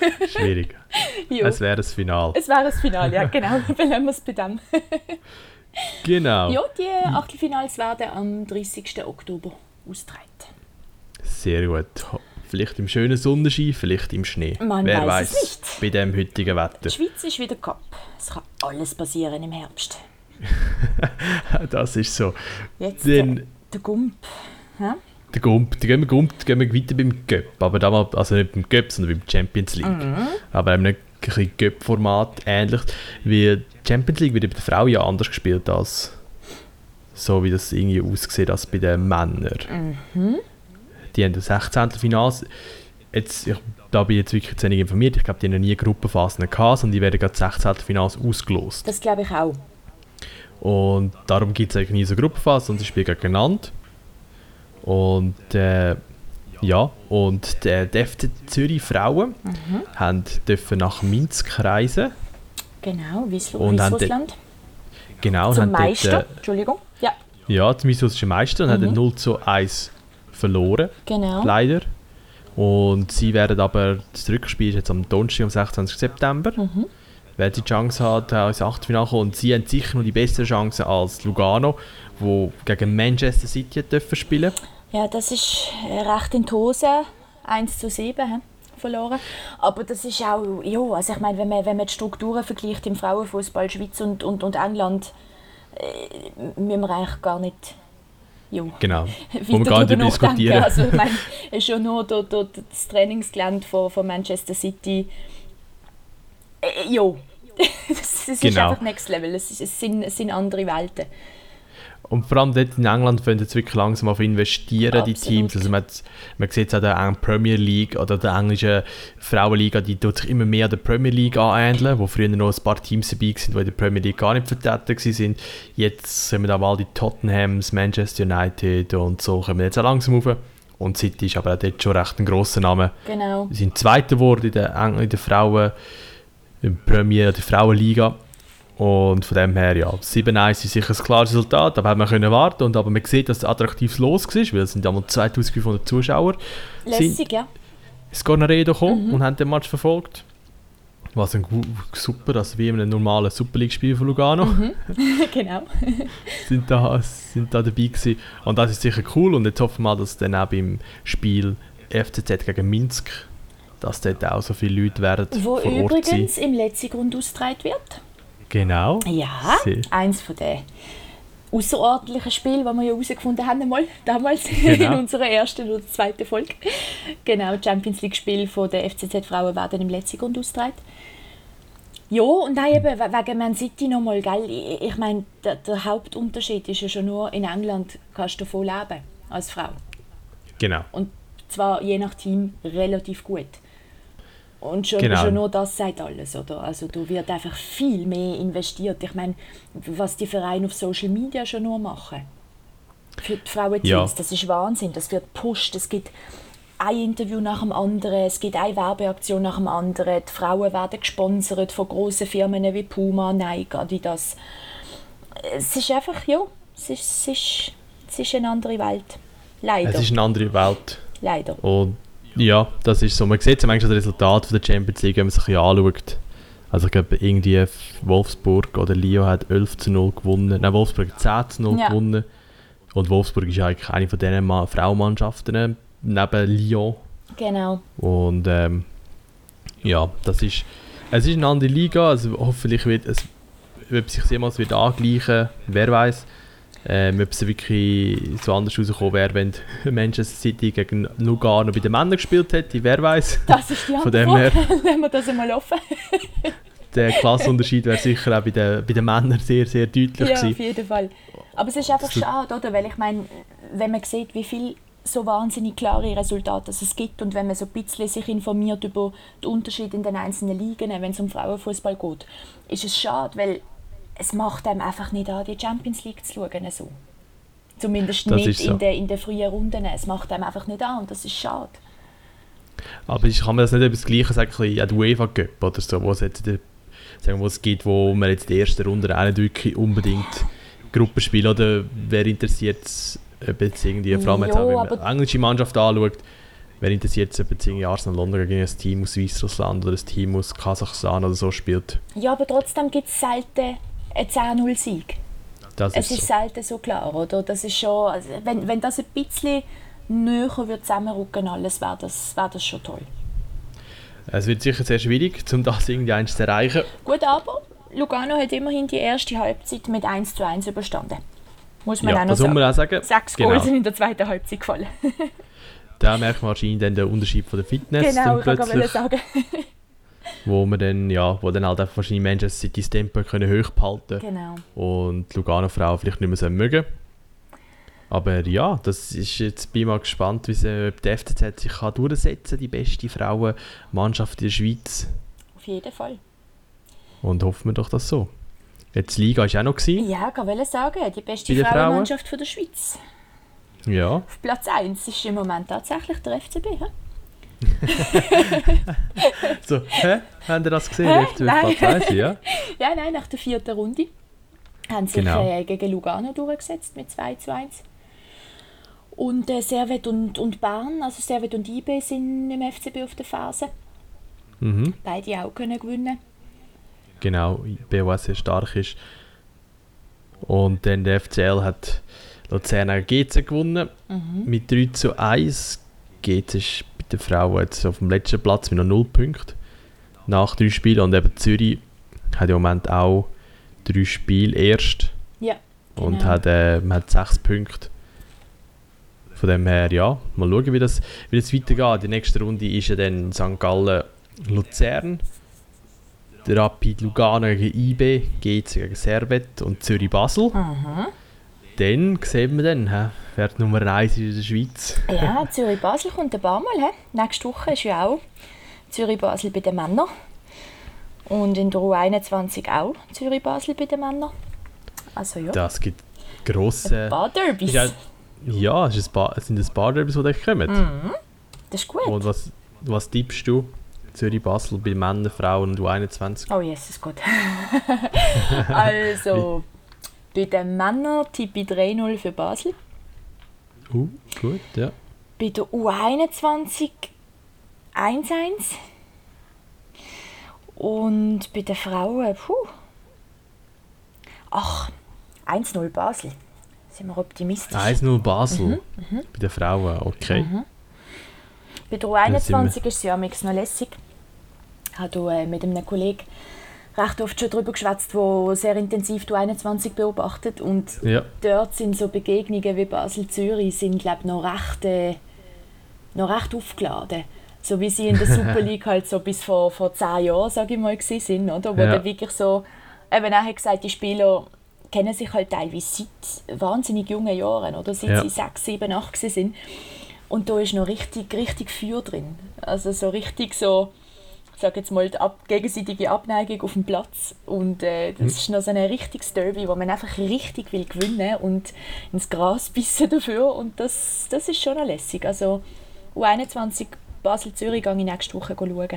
Schwierig. Es wäre das Finale. Es wäre das Finale, ja, genau. Belassen wir es bei dem. Genau. Ja, die Achtelfinals werden am 30. Oktober ausgetragen. Sehr gut. Vielleicht im schönen Sonnenschein, vielleicht im Schnee. Man Wer weiß es weiß nicht. bei dem heutigen Wetter. Die Schweiz ist wieder Cup. Es kann alles passieren im Herbst. Das ist so. Jetzt Dann, der Gump. Hä? der Gump, gehen wir weiter beim Göpp. Aber damals, also nicht beim Göpp, sondern beim Champions League. Aber eben nicht ein bisschen Göpp-Format ähnlich. Wie die Champions League wird bei den Frauen ja anders gespielt als so, wie das irgendwie aussieht als bei den Männern. Die haben das 16. Finals. Da bin ich jetzt wirklich zu wenig informiert. Ich glaube, die haben noch nie Gruppenphasen gehabt, sondern die werden gerade 16. Finals ausgelost. Das glaube ich auch. Und darum gibt es eigentlich nie so Gruppenphasen und sie spielen gegeneinander. Und ja, und die FC Zürich Frauen dürfen nach Minsk reisen. Genau, Und haben Weißrussland. Genau, Zum und haben Meister. dort, Entschuldigung. Ja, ja, zum russischen Meister und haben 0:1 verloren, genau. leider. Und sie werden aber, das Rückspiel ist jetzt am Donnerstag, am 26. September. Wer die Chance hat, ins Achtelfinale kommen. Und sie haben sicher noch die bessere Chance als Lugano, die gegen Manchester City dürfen spielen. Ja, das ist recht in die Hose. 1:7 verloren. Aber das ist auch, ja, also ich meine, wenn man die Strukturen vergleicht im Frauenfußball Schweiz und England, müssen wir eigentlich gar nicht Genau, wo wir weiter gar nicht darüber diskutieren. nachdenken. Also ich meine, es ist ja nur das Trainingsgelände von Manchester City. Das ist Genau. einfach Next Level. Es sind andere Welten. Und vor allem dort in England fangen jetzt wirklich langsam auf investieren, die Absolut. Teams. Also man sieht es an der Premier League oder der englischen Frauenliga, die tut sich immer mehr an der Premier League anähneln, wo früher noch ein paar Teams dabei waren, die in der Premier League gar nicht vertreten waren. Jetzt sind wir da mal die Tottenhams, Manchester United und so kommen jetzt auch langsam rauf. Und City ist aber auch dort schon recht ein grosser Name. Genau. Sie sind Zweiter geworden in der Frauen, in der Frauenliga. Und von dem her, ja, 7:1 ist sicher ein klares Resultat, aber man können warten. Aber man sieht, dass es ein attraktives Los war, weil es sind damals 2500 Zuschauer Lässig, ja. ins Cornaredo gekommen und haben den Match verfolgt. Was super, also wie in einem normalen Super League-Spiel von Lugano. Genau. sind da dabei gewesen. Und das ist sicher cool. Und jetzt hoffen wir mal, dass dann auch beim Spiel FCZ gegen Minsk, dass dort auch so viele Leute werden Wo vor Ort sein. übrigens im letzten Grund ausgetragen wird. Genau. Ja, eins von den außerordentlichen Spielen, die wir ja herausgefunden haben, damals in unserer ersten oder zweiten Folge. Genau, die Champions League-Spiele der FCZ-Frauen werden im letzten Grund ausgetragen. Ja, und auch eben wegen Man City nochmal, gell? Ich meine, der Hauptunterschied ist ja schon nur, in England kannst du davon leben, als Frau. Genau. Und zwar je nach Team relativ gut. Und schon nur das sagt alles, oder? Also da wird einfach viel mehr investiert. Ich meine, was die Vereine auf Social Media schon nur machen. Für die Frauenteams, das ist Wahnsinn. Das wird gepusht, es gibt ein Interview nach dem anderen, es gibt eine Werbeaktion nach dem anderen. Die Frauen werden gesponsert von grossen Firmen wie Puma, Nike, Adidas. Es ist einfach, ja, es ist eine andere Welt. Leider. Es ist eine andere Welt. Leider. Und ja, das ist so. Man sieht manchmal das Resultat von der Champions League, wenn man sich anschaut. Also ich glaube, irgendwie Wolfsburg oder Lyon hat 11:0 gewonnen. Nein, Wolfsburg hat 10:0 gewonnen. Und Wolfsburg ist eigentlich eine von diesen Frauenmannschaften neben Lyon. Genau. Und ja, es ist eine andere Liga. Also hoffentlich wird sich jemals wieder angleichen. Wer weiß. Ob es wirklich so anders rausgekommen wäre, wenn Manchester City gegen Lugano bei den Männern gespielt hätte, wer weiß. Das ist die Antwort, wenn wir das einmal offen. Der Klassenunterschied wäre sicher auch bei den Männern sehr, sehr deutlich gewesen. Ja, auf jeden Fall. Aber es ist einfach schade, oder? Weil ich meine, wenn man sieht, wie viel so wahnsinnig klare Resultate es gibt und wenn man so ein bisschen sich informiert über den Unterschied in den einzelnen Ligen, wenn es um Frauenfußball geht, ist es schade, weil es macht einem einfach nicht an, die Champions League zu schauen. So. Zumindest das nicht so. in den frühen Runden. Es macht einem einfach nicht an und das ist schade. Aber kann man das nicht etwas Gleiches sagen, an der UEFA Cup oder so, wo es gibt, wo man jetzt die erste Runde auch nicht wirklich unbedingt Gruppen spielt, oder wer interessiert es, ob jetzt irgendwie, vor allem jetzt auch, wenn man die englische Mannschaft anschaut, wer interessiert es, ob jetzt irgendwie Arsenal London gegen ein Team aus Weißrussland oder ein Team aus Kasachstan oder so spielt? Ja, aber trotzdem gibt es selten einen 10-0-Sieg. Es ist selten so klar, oder? Das ist schon, also wenn das ein bisschen näher würde zusammenrücken alles, wäre das schon toll. Es wird sicher sehr schwierig, um das irgendwie eins zu erreichen. Gut, aber Lugano hat immerhin die erste Halbzeit mit 1:1 überstanden. Muss man auch noch sagen. Muss man auch sagen. 6 Goal sind in der zweiten Halbzeit gefallen. Da merkt man wahrscheinlich dann den Unterschied von der Fitness. Genau, ich wollte sagen. Wo dann halt einfach wahrscheinlich Manchester City das Tempo können hoch behalten. Genau. Und die Lugano-Frauen vielleicht nicht mehr mögen. Aber ja, das ist jetzt, bin ich mal gespannt, wie die FCZ sich durchsetzen kann, die beste Frauenmannschaft in der Schweiz. Auf jeden Fall. Und hoffen wir doch das so. Jetzt die Liga war auch noch. Ja, ich wollte sagen, die beste Frauenmannschaft der Schweiz. Ja. Auf Platz 1 ist im Moment tatsächlich der FCB. So, habt ihr das gesehen? FCB Platz 1, ja? Ja, nein, nach der 4. Runde haben sie sich gegen Lugano durchgesetzt mit 2:1. Und Servet und Bern, also Servet und IB, sind im FCB auf der Phase. Mhm. Beide auch können gewinnen. Genau, IB, was sehr stark ist. Und dann der FCL hat Luzerner GC gewonnen mit 3:1. GC ist bei den Frauen jetzt auf dem letzten Platz mit noch 0 Punkten nach 3 Spielen. Und eben Zürich hat im Moment auch 3 Spiele erst. Ja, genau. Und hat 6 Punkte. Von dem her, ja, mal schauen, wie das weitergeht. Die nächste Runde ist ja dann St. Gallen-Luzern, Rapid Lugano gegen IB, GC gegen Servet und Zürich-Basel. Dann sehen wir dann, wer die Nummer 1 ist in der Schweiz. Ja, Zürich-Basel kommt ein paar Mal. Nächste Woche ist ja auch Zürich-Basel bei den Männern. Und in der U21 auch Zürich-Basel bei den Männern. Also ja. Das gibt grosse... Ein paar Derbys. Ja, es sind ein paar Derbys, die da kommen. Das ist gut. Und was tippst du? Zürich-Basel bei Männern, Frauen und U21? Oh Jesus Gott. Also, bei den Männern tippe ich 3:0 für Basel. Gut, ja. Bei der U21 1:1. Und bei den Frauen, 1:0 Basel. Sind wir optimistisch. 1:0 Basel. Bei den Frauen, okay. Bei der U21 ist es ja noch lässig. Ich habe mit einem Kollegen recht oft schon darüber geschwätzt, der sehr intensiv die U21 beobachtet. Und dort sind so Begegnungen wie Basel-Zürich sind, noch recht aufgeladen. So wie sie in der Super League halt so bis vor 10 Jahren, sage ich mal, sind, oder? Wo dann wirklich so, eben auch gesagt, die Spieler kennen sich halt teilweise seit wahnsinnig jungen Jahren, oder? Seit sie 6, 7, 8 sind. Und da ist noch richtig Feuer drin. Also so richtig so, ich sage jetzt mal, die gegenseitige Abneigung auf dem Platz. Und das ist noch so ein richtiges Derby, wo man einfach richtig will gewinnen und ins Gras bissen dafür. Und das ist schon noch lässig. Also U21 Basel-Zürich gehe ich nächste Woche schauen.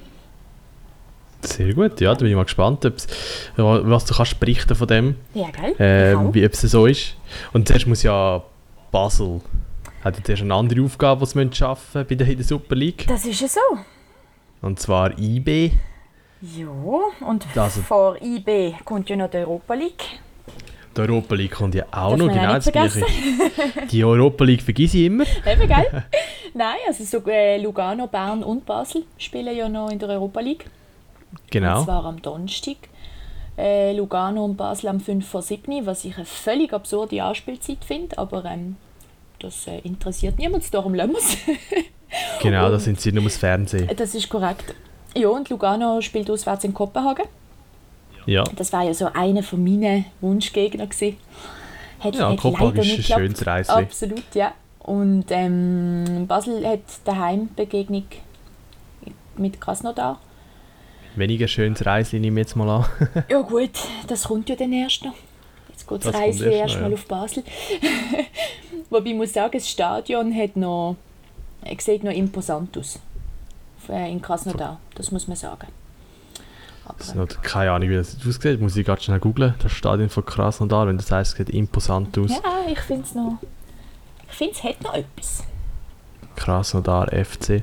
Sehr gut, ja, da bin ich mal gespannt, was du kannst berichten von dem. Ja, geil. Ob es so ist. Und zuerst muss ja Basel, hat jetzt eine andere Aufgabe, die sie schaffen müssen in der Super League. Das ist ja so. Und zwar IB. Ja, und vor IB kommt ja noch die Europa League. Die Europa League kommt ja auch Darf noch, genau das Gleiche. Die Europa League vergesse ich immer. Eben, gell? Nein, also so Lugano, Bern und Basel spielen ja noch in der Europa League. Genau. Und zwar am Donnerstag. Lugano und Basel am 5:07, was ich eine völlig absurde Anspielzeit finde, aber das interessiert niemand, darum lassen wir es. Genau, das sind sie nur das Fernsehen. Das ist korrekt. Ja, und Lugano spielt auswärts in Kopenhagen. Ja. Das war ja so einer von meinen Wunschgegnern gewesen. Hat Kopenhagen ist ein schönes Reisli. Absolut, ja. Und Basel hat daheim Begegnung mit Krasnodar. Weniger schönes Reisli nehme ich jetzt mal an. Ja gut, das kommt ja dann erst noch. Jetzt geht das Reisli erst mal auf Basel. Wobei ich muss sagen, das Stadion sieht noch imposant aus. In Krasnodar, das muss man sagen. Aber, keine Ahnung, wie das aussieht. Muss ich gerade schnell googlen. Das Stadion von Krasnodar, wenn du sagst, es sieht imposant aus. Ja, ich finde es noch. Ich finde, es hat noch etwas. Krasnodar FC.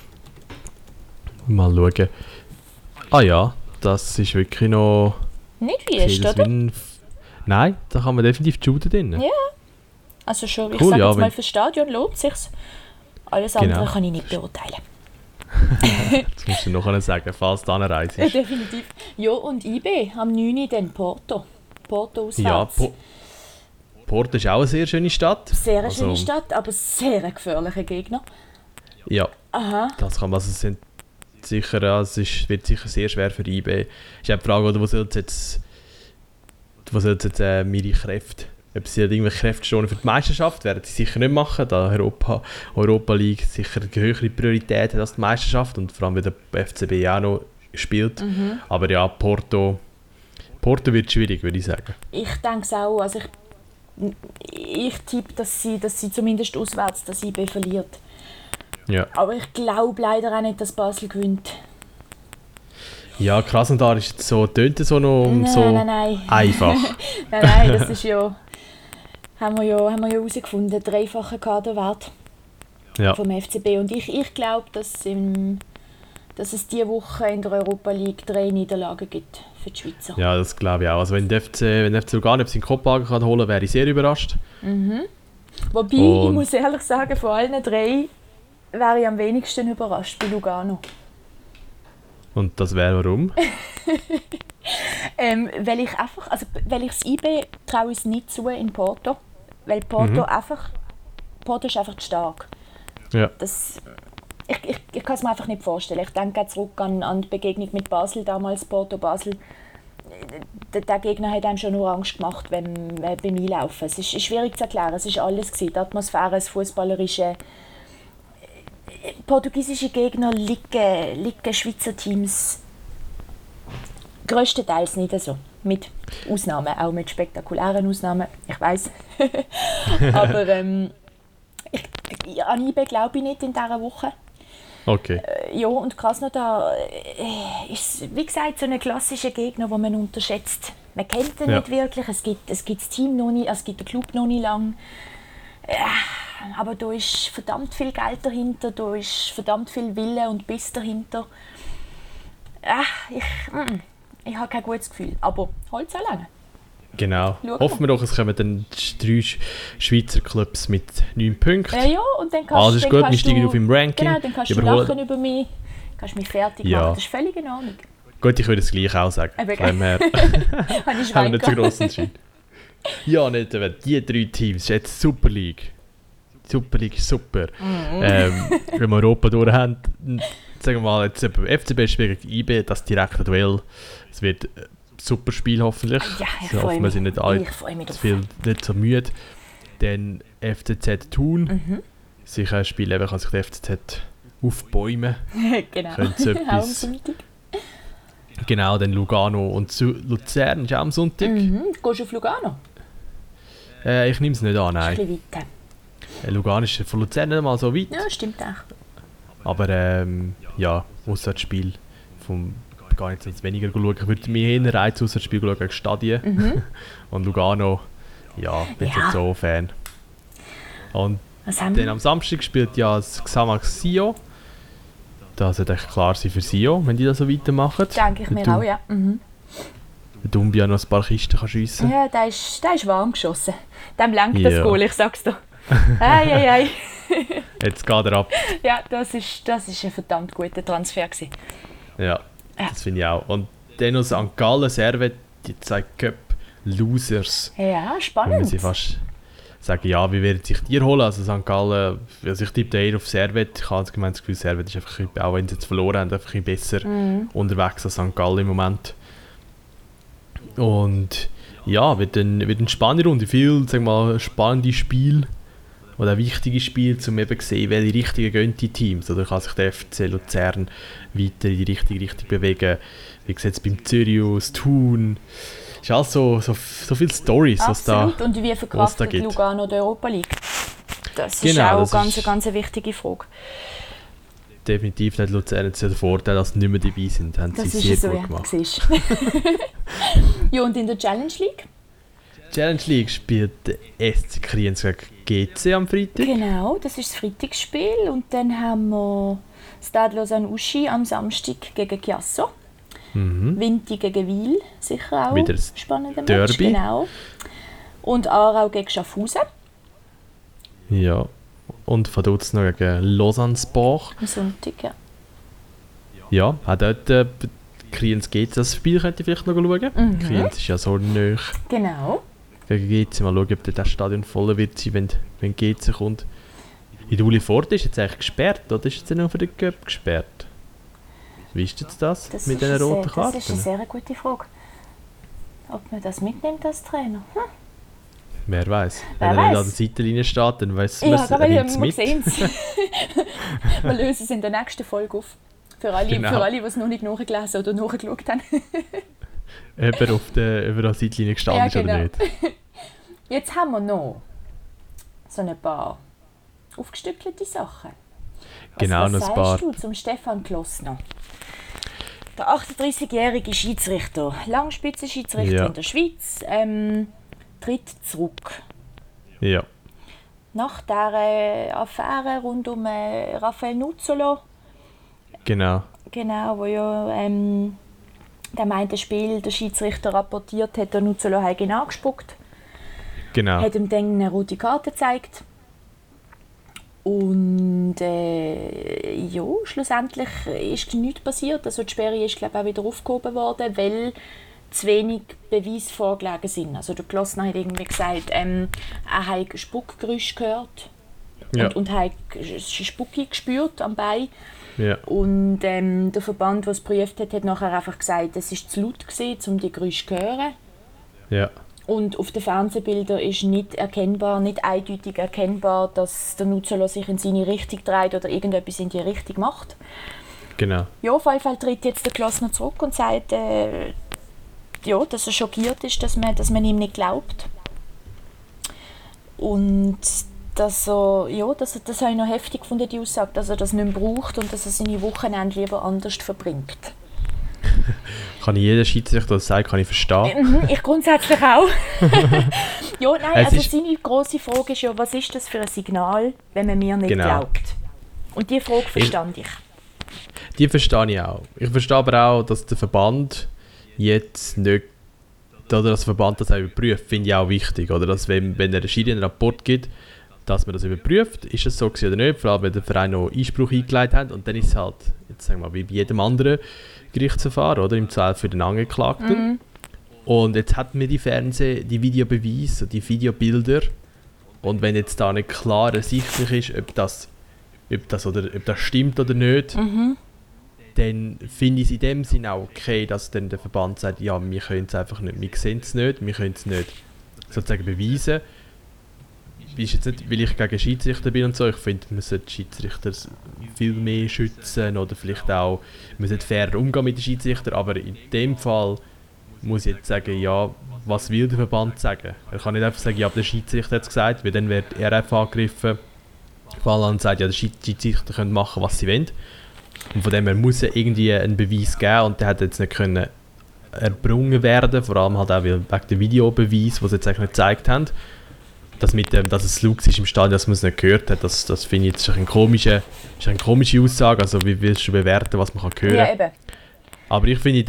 Mal schauen. Ah ja, das ist wirklich noch... Nicht wüst, oder? Nein, Nein, da kann man definitiv shooten drin. Ja. Also schon, ich Cool, sage ja, jetzt mal, wenn- fürs Stadion lohnt es sich. Alles andere Genau. kann ich nicht beurteilen. Das musst du noch sagen, falls du anreist. Ja, definitiv. Ja, und IB am 9. dann Porto. Porto Ja, auswärts. Porto ist auch eine sehr schöne Stadt. Sehr eine Also, schöne Stadt, aber sehr ein gefährlicher Gegner. Ja, Aha. das kann man. Also, es sind sicher, ja, wird sicher sehr schwer für IB. Ist auch die Frage, oder, wo soll jetzt ihre Kräfte, ob sie halt irgendwelche Kräfte schonen für die Meisterschaft, werden sie sicher nicht machen, da Europa League sicher eine höhere Priorität hat als die Meisterschaft und vor allem, weil der FCB auch noch spielt. Aber ja, Porto wird schwierig, würde ich sagen. Ich denke es auch. Also ich tippe, dass sie zumindest auswärts das IB verliert. Ja, Aber ich glaube leider auch nicht, dass Basel gewinnt. ja, Krasnodar ist jetzt so, tönt so noch Nein. einfach. Nein, das ist ja... Haben wir ja herausgefunden, dreifacher Kaderwert Ja. vom FCB. Und ich glaube, dass es diese Woche in der Europa League 3 Niederlagen gibt für die Schweizer. Ja, das glaube ich auch. Also wenn der FC Lugano seinen Kopenhagen kann holen kann, wäre ich sehr überrascht. Wobei, ich muss ehrlich sagen, von allen 3 wäre ich am wenigsten überrascht bei Lugano. Und das wäre warum? Weil ich das IB traue es nicht zu in Porto. Weil Porto ist einfach zu stark. Ja. Ich kann es mir einfach nicht vorstellen. Ich denke zurück an die Begegnung mit Basel damals, Porto-Basel. Der Gegner hat einem schon nur Angst gemacht beim Einlaufen. Es ist schwierig zu erklären, es war alles. Die Atmosphäre, das Fußballerische. Portugiesische Gegner liegen Schweizer Teams größtenteils nicht so. Mit Ausnahmen, auch mit spektakulären Ausnahmen, ich weiß. Aber an IB glaube ich nicht in dieser Woche. Okay. Ja, und Krasnodar ist, wie gesagt, so ein klassischer Gegner, den man unterschätzt. Man kennt ihn nicht wirklich, es gibt das Team noch nicht, es gibt den Club noch nicht lange. Aber da ist verdammt viel Geld dahinter, da ist verdammt viel Wille und Biss dahinter. Ich habe kein gutes Gefühl, aber Holz alleine. Genau. Schauen Hoffen wir doch, es kommen dann 3 Schweizer Clubs mit 9 Punkten. Ja, und dann kannst Das ist gut, wir steigen auf im Ranking. Genau, dann kannst du Überholen. lachen über mich, kannst mich fertig Ja. machen, das ist völlig in Ordnung. Gut, ich würde es gleich auch sagen. Eben, Von dem her Habe ich haben wir nicht so Schwein grossen Unterschied. Ja, nicht, aber die 3 Teams, ist jetzt Super League. Die Super League ist super. Wenn wir Europa durch haben, sagen wir mal, jetzt FCB spielt gegen IB, das direkte Duell. Es wird ein super Spiel hoffentlich. Ja, ich Also freue hoffen, wir mich. sind nicht alle Ich freue mich zu drauf. viel, nicht so müde. Dann FCZ Thun. Sicher ein Spiel, eben kann sich der FCZ aufbäumen. Genau. Könnte so Auch am etwas. Sonntag. Genau, dann Lugano und Luzern ist auch am Sonntag. Gehst du auf Lugano? Ich nehme es nicht an, Das nein. ist ein bisschen weit. Lugano ist von Luzern nicht mal so weit. Ja, stimmt auch. Aber ja, Auswärtsspiel vom gar nicht jetzt weniger schauen. Ich würde mir eher ein Auswärtsspiel schauen gegen Stadien. Und Lugano, ja, bin ich Ja. nicht so Fan. Und Was haben dann wir? am Samstag spielt ja das Xamax Sio. Das sollte echt klar sein für Sio, wenn die das so weitermachen. Denke ich mir auch, ja. Der Dumbia noch ein paar Kisten kann schiessen. Ja, der ist warm geschossen. Dem lenkt Ja. das Goal, ich sag's dir. Ei. Jetzt geht er ab. Ja, das ist ein verdammt guter Transfer gewesen. Ja, das finde ich auch. Und dann noch St. Gallen, Servet, die 2 Cup-Losers. Ja, Da spannend. muss ich fast sagen, ja, wie werden sich die holen? Also St. Gallen, also ich tippe eher auf Servet. Ich habe allgemein das Gefühl, Servet ist einfach, auch wenn sie jetzt verloren haben, einfach ein bisschen besser unterwegs als St. Gallen im Moment. Und ja, wird eine spannende Runde. Viel, sagen wir mal, spannende Spiele oder auch wichtige Spiele, um eben zu sehen, welche Richtung gehen die Teams. Oder kann sich der FC Luzern weiter in die richtige Richtung bewegen. Wie gesagt, es beim Zürich aus, Thun. Es ist alles so viele Storys, was da... Absolut. Und wie was da verkraftet gibt. Lugano die Europa League? Das ist Genau, auch das ganz, ist- ganz eine wichtige Frage. Definitiv nicht Luzern jetzt den Vorteil, dass sie nicht mehr dabei sind. Haben Das sie ist sehr so, gut ja. gemacht. Siehst. Ja, und in der Challenge League? Challenge League spielt der SC Kriens gegen GC am Freitag. Genau, das ist das Freitagsspiel. Und dann haben wir Stade Lausanne-Uschi am Samstag gegen Chiasso. Winti gegen Wil, sicher auch Wieder ein spannender Derby. Match. Genau. Und Aarau gegen Schaffhausen Ja. Und von dort noch gegen Lausanne-Sport. am Sonntag. Ja. Ja, auch dort Kriens GC das Spiel könnt ihr vielleicht noch schauen. Kriens ist ja so nah Genau. gegen GC. Mal schauen, ob dort das Stadion voll wird sein, wenn GC kommt. In der Uli Forte ist jetzt eigentlich gesperrt, oder ist jetzt nur für den Cup gesperrt? Wie ist jetzt das mit diesen roten Karten? Das ist eine sehr gute Frage. Ob man das mitnimmt als Trainer? Wer weiß. Wer Wenn er nicht an weiss. der Seitenlinie steht, dann weiß man Ja, es, aber er nimmt es wir mit. sehen es. Wir lösen es in der nächsten Folge auf. Für alle, Genau. die es noch nicht nachgelesen oder nachgeschaut haben. Ob er auf der Seitenlinie gestanden Ja, ist oder genau. nicht. Jetzt haben wir noch so ein paar aufgestückelte Sachen. Genau, was noch ein paar. sagst du zum Stefan Klossner? Der 38-jährige Schiedsrichter, Langspitzenschiedsrichter Ja. in der Schweiz, tritt zurück. Ja, Nach dieser Affäre rund um Raphael Nuzzolo, genau. genau, wo ja der meinte Spiel der Schiedsrichter rapportiert hat, der Nuzzolo hat ihn angespuckt, Genau. hat ihm dann eine rote Karte gezeigt. Und ja, schlussendlich ist nichts passiert. Also die Sperre ist, glaube ich, auch wieder aufgehoben worden, weil zu wenig Beweise vorgelegen sind. Also der Klossner hat irgendwie gesagt, er hat Spuckgeräusche gehört Ja. und hat Spucki gespürt am Bein. Ja. Und der Verband, der es geprüft hat, hat nachher einfach gesagt, es war zu laut gewesen, um die Geräusche zu hören. Ja. Und auf den Fernsehbildern ist nicht erkennbar, nicht eindeutig erkennbar, dass der Nuzzolo sich in seine Richtung dreht oder irgendetwas in die Richtung macht. Genau. Ja, auf jeden Fall tritt jetzt der Klossner zurück und sagt, ja, dass er schockiert ist, dass man ihm nicht glaubt. Und dass er, ja, das habe ich noch heftig gefunden, die Aussage, dass er das nicht mehr braucht und dass er seine Wochenende lieber anders verbringt. Kann ich jeden Schiedsrichter, das sagt, kann ich verstehen. Ich grundsätzlich auch. Ja, nein, Es also ist- seine grosse Frage ist ja, was ist das für ein Signal, wenn man mir nicht Genau. glaubt? Und diese Frage verstand ich. Die verstehe ich auch. Ich verstehe aber auch, dass der Verband jetzt nicht, oder dass der Verband das auch überprüft, finde ich auch wichtig. Oder dass, wenn er einen Schiri einen Rapport gibt, dass man das überprüft, ist es so gewesen oder nicht, vor allem wenn der Verein noch Einspruch eingeleitet hat. Und dann ist es halt, jetzt sagen wir mal, wie bei jedem anderen Gerichtsverfahren, oder? Im Zweifel für den Angeklagten. Und jetzt hat man die Videobeweise, die Videobilder. Und wenn jetzt da nicht klar ersichtlich ist, ob das stimmt oder nicht, dann finde ich es in dem Sinne auch okay, dass dann der Verband sagt, ja, wir können es einfach nicht, wir sehen es nicht, wir können es nicht sozusagen beweisen. Ist jetzt nicht, weil ich gegen Schiedsrichter bin und so, ich finde, man sollte Schiedsrichter viel mehr schützen oder vielleicht auch, man sollte fairer umgehen mit den Schiedsrichtern, aber in dem Fall muss ich jetzt sagen, ja, was will der Verband sagen? Er kann nicht einfach sagen, ja, der Schiedsrichter hat es gesagt, weil dann wird er einfach angegriffen. Vor allem sagt, ja, die Schiedsrichter können machen, was sie wollen. Und von dem her muss er irgendwie einen Beweis geben und der hat jetzt nicht können erbrungen werden, vor allem halt auch wegen dem Videobeweis, was sie jetzt eigentlich nicht gezeigt haben. Das mit dem, dass es laut ist im Stadion, dass man es nicht gehört hat, das finde ich jetzt eine komische Aussage. Also wie willst du bewerten, was man hören Ja, kann? eben. Aber ich finde,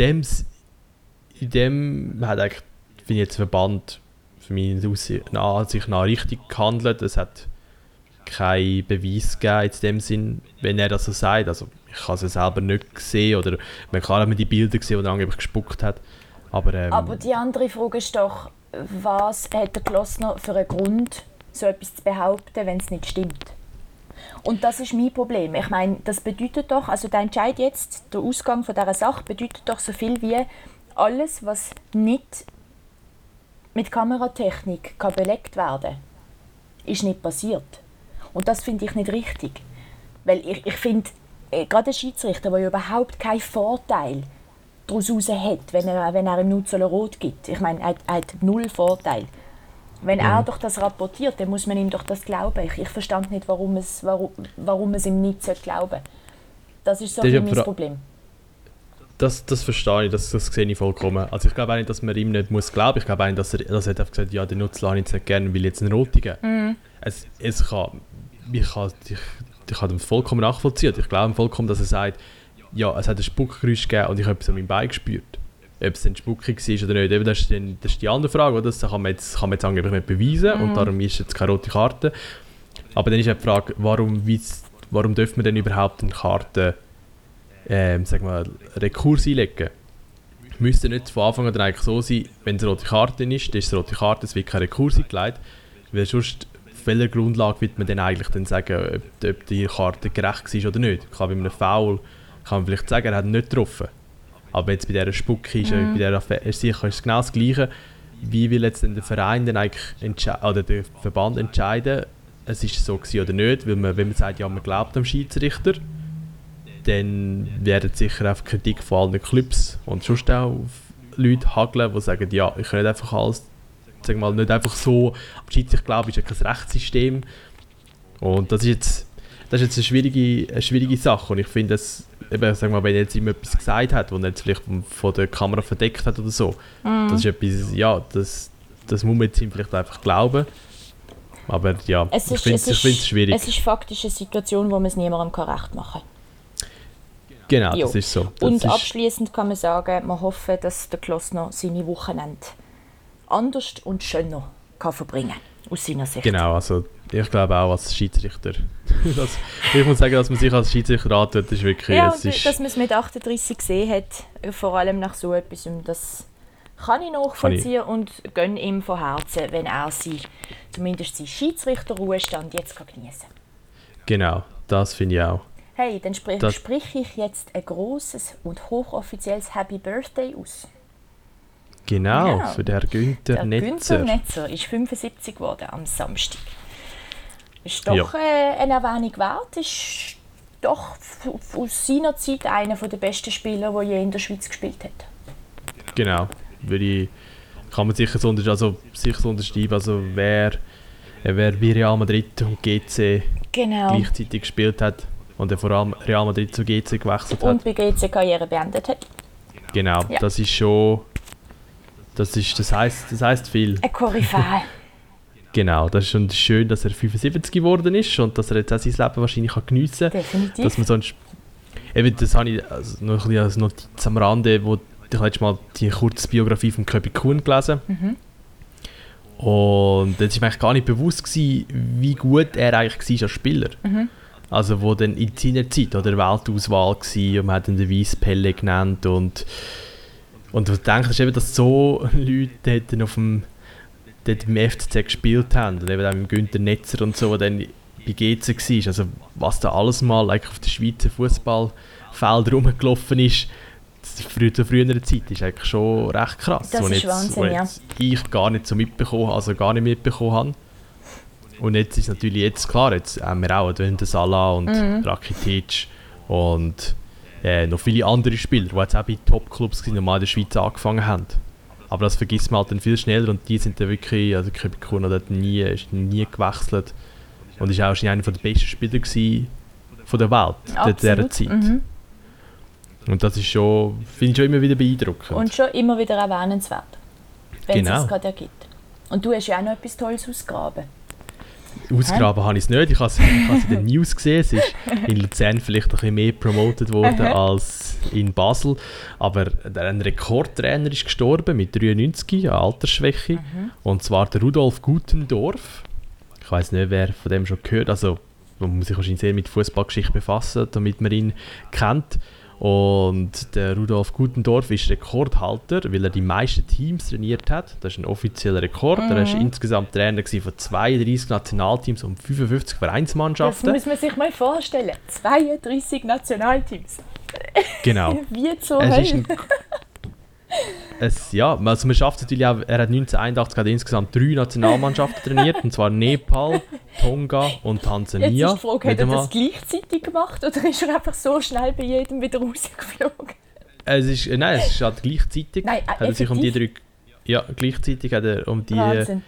in dem hat eigentlich, finde ich jetzt der Verband für meine Ansicht nach richtig gehandelt. Es hat keinen Beweis gegeben in dem Sinn, wenn er das so sagt. Also ich habe es ja selber nicht gesehen oder man kann auch die Bilder gesehen, wo er angeblich gespuckt hat. Aber die andere Frage ist doch, was hat der Klossner für einen Grund, so etwas zu behaupten, wenn es nicht stimmt? Und das ist mein Problem. Ich meine, das bedeutet doch, also der Entscheid jetzt, der Ausgang von dieser Sache, bedeutet doch so viel wie alles, was nicht mit Kameratechnik kann belegt werden, ist nicht passiert. Und das finde ich nicht richtig. Weil ich finde, gerade ein Schiedsrichter, der ja überhaupt keinen Vorteil daraus hat, wenn er im Nuzzolo rot gibt. Ich meine, er hat null Vorteil. Wenn er doch das rapportiert, dann muss man ihm doch das glauben. Ich verstand nicht, warum es ihm nicht glauben sollte. Das ist so Das ist mein ja Problem. Das verstehe ich, das sehe ich vollkommen. Also ich glaube auch nicht, dass man ihm nicht muss glauben. Ich glaube auch nicht, dass er hat einfach gesagt, ja, den Nutzler habe ich jetzt nicht gerne, will jetzt einen rotigen. Ich kann das vollkommen nachvollziehen. Ich glaube vollkommen, dass er sagt, ja, es hat ein Spuckgeräusch gegeben und ich habe etwas an meinem Bein gespürt. Ob es dann Spucki war oder nicht, eben, das ist die andere Frage, oder? Das kann man jetzt angeblich nicht beweisen und darum ist jetzt keine rote Karte. Aber dann ist auch die Frage, warum dürfen wir denn überhaupt eine Karte, sagen wir, Rekurs einlegen? Müsste nicht von Anfang an dann eigentlich so sein, wenn es eine rote Karte ist, dann ist es eine rote Karte, es wird kein Rekurs eingelegt. Weil sonst, auf welcher Grundlage wird man dann eigentlich dann sagen, ob die Karte gerecht war oder nicht? Klar, bei einem Foul kann man vielleicht sagen, er hat nicht getroffen. Aber jetzt bei dieser Spucke ist, bei dieser Affäre, ist es genau das Gleiche. Wie will jetzt denn der Verein dann eigentlich oder der Verband entscheiden, es ist so gewesen oder nicht? Weil wenn man sagt, ja, man glaubt am Schiedsrichter, dann werden sicher auf Kritik von allen Clubs und sonst auch Leute hageln, die sagen, ja, ich kann nicht einfach alles, sag mal, nicht einfach so, am Schiedsrichter glaube ich, ist ja kein Rechtssystem. Und das ist jetzt eine schwierige Sache und ich finde, eben, sag mal, wenn er jetzt ihm etwas gesagt hat, was er jetzt vielleicht von der Kamera verdeckt hat oder so, das ist etwas, ja, das muss man jetzt ihm vielleicht einfach glauben. Aber ja, ich finde es schwierig. Es ist faktisch eine Situation, wo man es niemandem recht machen kann. Genau, das ist so. Und abschließend kann man sagen, wir hoffen, dass der Klossner seine Wochenende anders und schöner kann verbringen kann, aus seiner Sicht. Genau, also ich glaube auch als Schiedsrichter. Ich muss sagen, dass man sich als Schiedsrichter antut, ist wirklich... Ja, dass man es mit 38 gesehen hat, vor allem nach so etwas, das kann ich nachvollziehen und gönne ihm von Herzen, wenn er zumindest seinen Schiedsrichterruhestand jetzt geniessen kann. Genau, das finde ich auch. Hey, dann sprich ich jetzt ein grosses und hochoffizielles Happy Birthday aus. Genau, für den Herrn Günther Netzer. Günther Netzer ist 75 geworden am Samstag. Ist doch eine Erwähnung wert. Ist doch aus seiner Zeit einer der besten Spieler, der je in der Schweiz gespielt hat. Genau, kann man sicher so unterschreiben. Also wer bei Real Madrid und GC gleichzeitig gespielt hat und vor allem Real Madrid zu GC gewechselt hat. Und bei GC Karriere beendet hat. Genau, das ist schon... Das heisst viel. Ein Koryphäe. Genau, das ist schon schön, dass er 75 geworden ist und dass er jetzt auch sein Leben wahrscheinlich geniessen kann. Definitiv. Dass man sonst... Eben, das habe ich noch ein bisschen als Notiz am Rande, wo ich letztes Mal die kurze Biografie von Köbi Kuhn gelesen. Und jetzt war mir eigentlich gar nicht bewusst gewesen, wie gut er eigentlich war als Spieler. Also wo dann in seiner Zeit oder Weltauswahl war und man hat ihn den Weiss-Pelle genannt und du denkst eben, dass so Leute dort im FCZ gespielt haben und eben auch mit Günther Netzer und so, der dann bei GC war. Also was da alles mal auf den Schweizer Fußballfeld rumgelaufen ist, zu früherer Zeit, ist eigentlich schon recht krass. Das ist Wahnsinn, ja. Ich gar nicht mitbekommen habe. Und jetzt ist natürlich klar, jetzt haben wir auch den Salah und Rakitic und noch viele andere Spieler, die jetzt auch bei Top-Clubs normal in der Schweiz angefangen haben. Aber das vergisst man halt dann viel schneller und die sind dann wirklich, also Köbi Kuhn hat nie gewechselt und ist auch einer der besten Spieler von der Welt in dieser Zeit. Und das ist schon, finde ich schon immer wieder beeindruckend. Und schon immer wieder erwähnenswert, wenn es gerade ergibt. Und du hast ja auch noch etwas Tolles ausgegraben. Ausgraben habe ich es nicht. Ich habe es in den News gesehen. Es ist in Luzern vielleicht ein bisschen mehr promotet worden als in Basel. Aber ein Rekordtrainer ist gestorben mit 93, eine Altersschwäche. Und zwar der Rudolf Gutendorf. Ich weiss nicht, wer von dem schon gehört. Also man muss sich wahrscheinlich sehr mit Fußballgeschichte befassen, damit man ihn kennt. Und der Rudolf Gutendorf ist Rekordhalter, weil er die meisten Teams trainiert hat. Das ist ein offizieller Rekord. Er war insgesamt Trainer von 32 Nationalteams und 55 Vereinsmannschaften. Das muss man sich mal vorstellen. 32 Nationalteams. Genau. Wie zur Hölle. Also man schafft es natürlich auch, er hat 1981 hat insgesamt 3 Nationalmannschaften trainiert, und zwar Nepal, Tonga und Tansania. Jetzt ist die Frage, hat er das gleichzeitig gemacht oder ist er einfach so schnell bei jedem wieder rausgeflogen? Es ist halt gleichzeitig. Nein, hat er sich um die 3... Ja, gleichzeitig hat er um die... Wahnsinn.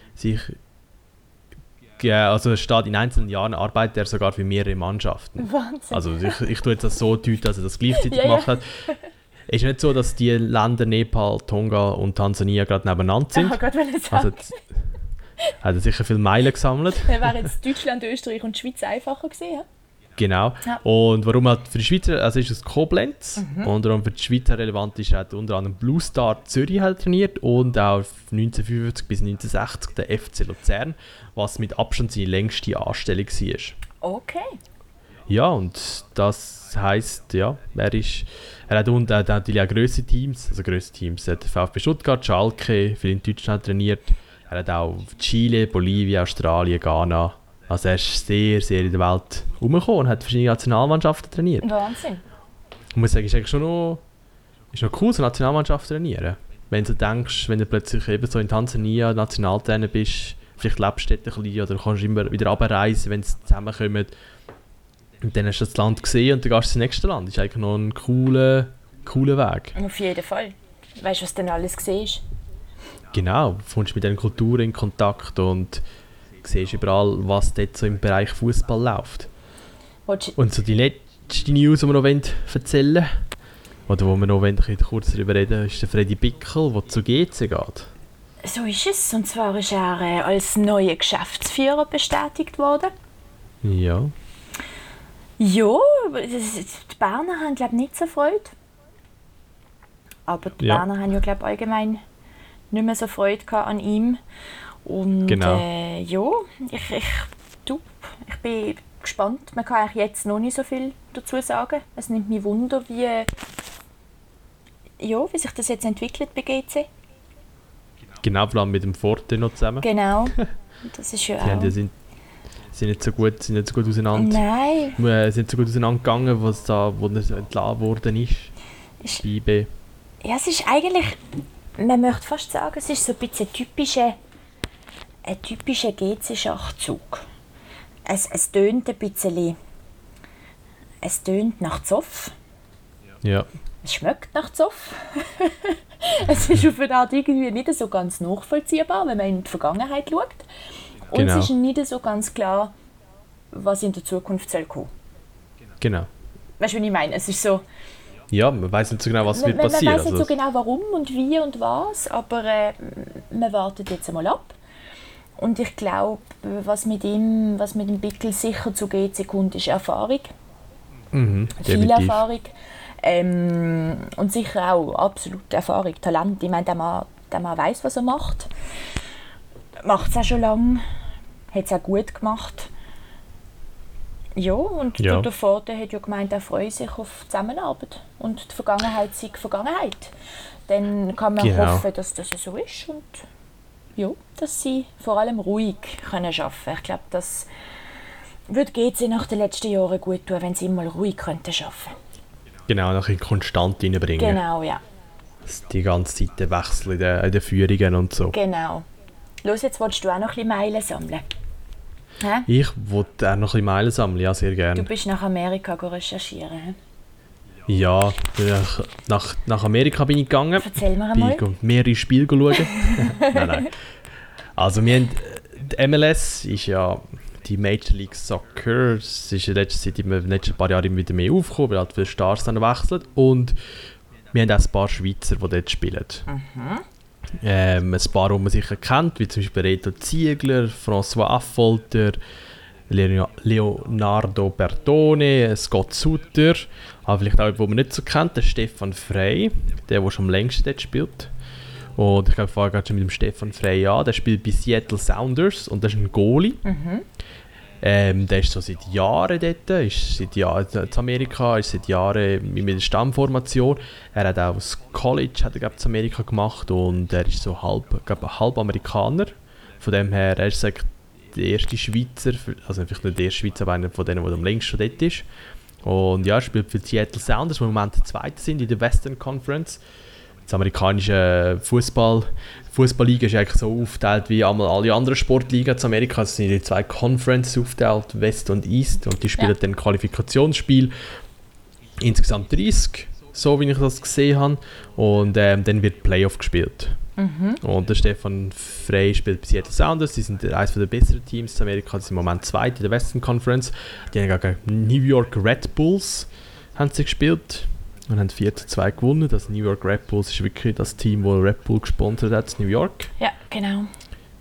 Also es steht, in einzelnen Jahren arbeitet er sogar für mehrere Mannschaften. Wahnsinn. Also ich tue jetzt das so deuten, dass er das gleichzeitig gemacht hat. Es ist nicht so, dass die Länder Nepal, Tonga und Tansania gerade nebeneinander sind. Gott, wenn ich sagen. Hat er sicher viele Meilen gesammelt. Wäre jetzt Deutschland, Österreich und die Schweiz einfacher gewesen? Genau. Ja. Und warum halt für die Schweizer, also ist es Koblenz, und darum für die Schweizer relevant ist, hat unter anderem Blue Star Zürich halt trainiert und auch 1955 bis 1960 der FC Luzern, was mit Abstand seine längste Anstellung war. Okay. Ja, und das heisst, ja, er hat unten natürlich auch grössere Teams, er hat VfB Stuttgart, Schalke, viel in Deutschland trainiert, er hat auch Chile, Bolivien, Australien, Ghana. Also er ist sehr, sehr in der Welt rumgekommen und hat verschiedene Nationalmannschaften trainiert. Wahnsinn. Ich muss sagen, ist eigentlich schon noch cool, so Nationalmannschaft zu trainieren. Wenn du denkst, wenn du plötzlich eben so in Tansania Nationaltrainer bist, vielleicht lebst du dort ein bisschen oder kannst immer wieder abreisen, wenn sie zusammenkommen. Und dann hast du das Land gesehen und dann gehst du ins nächste Land. Das ist eigentlich noch ein cooler Weg. Auf jeden Fall. Weißt du, was denn alles siehst? Genau, du kommst mit diesen Kulturen in Kontakt und siehst überall, was dort so im Bereich Fußball läuft. Und so die letzte News, die wir noch erzählen wollen, oder wo wir noch kurz darüber reden, ist der Freddy Bickel, der zu GC geht. So ist es. Und zwar ist er als neuer Geschäftsführer bestätigt worden. Ja. Ja, die Berner haben, glaube ich, nicht so Freude. Aber die Berner haben ja, glaube ich, allgemein nicht mehr so Freude an ihm. Und genau. Ich bin gespannt. Man kann eigentlich jetzt noch nicht so viel dazu sagen. Es nimmt mich Wunder, wie sich das jetzt entwickelt bei GC. Genau, vor allem mit dem Forte noch zusammen. Genau, das ist ja auch... Die sind nicht so gut auseinander. Nein. Sind nicht so gut auseinandergegangen, wo er entlassen worden ist. IB. Ja, es ist eigentlich... Man möchte fast sagen, es ist so ein bisschen ein typischer GC-Schachzug. Es tönt ein bisschen... Es tönt nach Zoff. Ja. Es schmeckt nach Zoff. Es ist auf eine Art irgendwie nicht so ganz nachvollziehbar, wenn man in die Vergangenheit schaut. Und genau. Es ist nicht so ganz klar, was in der Zukunft soll kommen. Genau. Weißt du, was ich meine? Es ist so... Ja, man weiß nicht so genau, was wird passieren. Man weiß nicht so genau, warum und wie und was, aber man wartet jetzt einmal ab. Und ich glaube, was mit dem Bickel sicher zu GC kommt, ist Erfahrung. Viel Erfahrung. Und sicher auch absolute Erfahrung, Talent. Ich meine, der Mann weiss, was er macht. Macht es auch schon lange. Hat es auch gut gemacht. Ja, und der Vater hat ja gemeint, er freut sich auf die Zusammenarbeit. Und die Vergangenheit sei Vergangenheit. Dann kann man hoffen, dass das so ist. Und ja, dass sie vor allem ruhig arbeiten können. Ich glaube, das würde GC nach den letzten Jahren gut tun, wenn sie immer ruhig arbeiten könnten. Genau, noch ein konstant reinbringen. Genau, ja. Dass die ganze Zeit Wechsel in den Führungen und so. Genau. Los, jetzt willst du auch noch ein bisschen Meilen sammeln. Hä? Ich wollte auch noch ein bisschen Meilen sammeln, ja, sehr gerne. Du bist nach Amerika recherchieren. Ja, nach Amerika bin ich gegangen. Erzähl mir einmal. Bin mehrere Spiele schauen. Nein. Also wir haben, die MLS ist ja die Major League Soccer. Es ist in den letzten paar Jahren immer wieder mehr aufgekommen, weil halt viele Stars dann wechseln. Und wir haben auch ein paar Schweizer, die dort spielen. Ein paar, die man sicher kennt, wie zum Beispiel Reto Ziegler, François Affolter, Leonardo Bertone, Scott Sutter, aber vielleicht auch, den man nicht so kennt, der Stefan Frey, der schon am längsten dort spielt. Und ich glaube, ich fange gerade schon mit dem Stefan Frey an. Der spielt bei Seattle Sounders und das ist ein Goalie. Der ist so seit Jahren dort, ist seit Jahren in Amerika, ist seit Jahren in der Stammformation. Er hat auch das College in Amerika gemacht und er ist so halb Amerikaner. Von dem her, er ist der erste Schweizer, also vielleicht nicht der erste Schweizer, aber einer von denen, der am längsten schon dort ist. Und ja, er spielt für die Seattle Sounders, die im Moment der Zweite sind in der Western Conference. Die amerikanische Fußballliga ist eigentlich so aufgeteilt wie alle anderen Sportligen in Amerika. Es sind die zwei Conferences aufgeteilt, West und East, und die spielen dann Qualifikationsspiel. Insgesamt 30, so wie ich das gesehen habe. Und dann wird Playoff gespielt. Und der Stefan Frey spielt bei Seattle Sounders. Die sind eines der besseren Teams in Amerika. Die sind im Moment Zweite in der Western Conference. Die haben gegen New York Red Bulls haben sie gespielt. Und haben 4:2 gewonnen. Das New York Red Bulls ist wirklich das Team, das Red Bull gesponsert hat, New York. Ja, genau.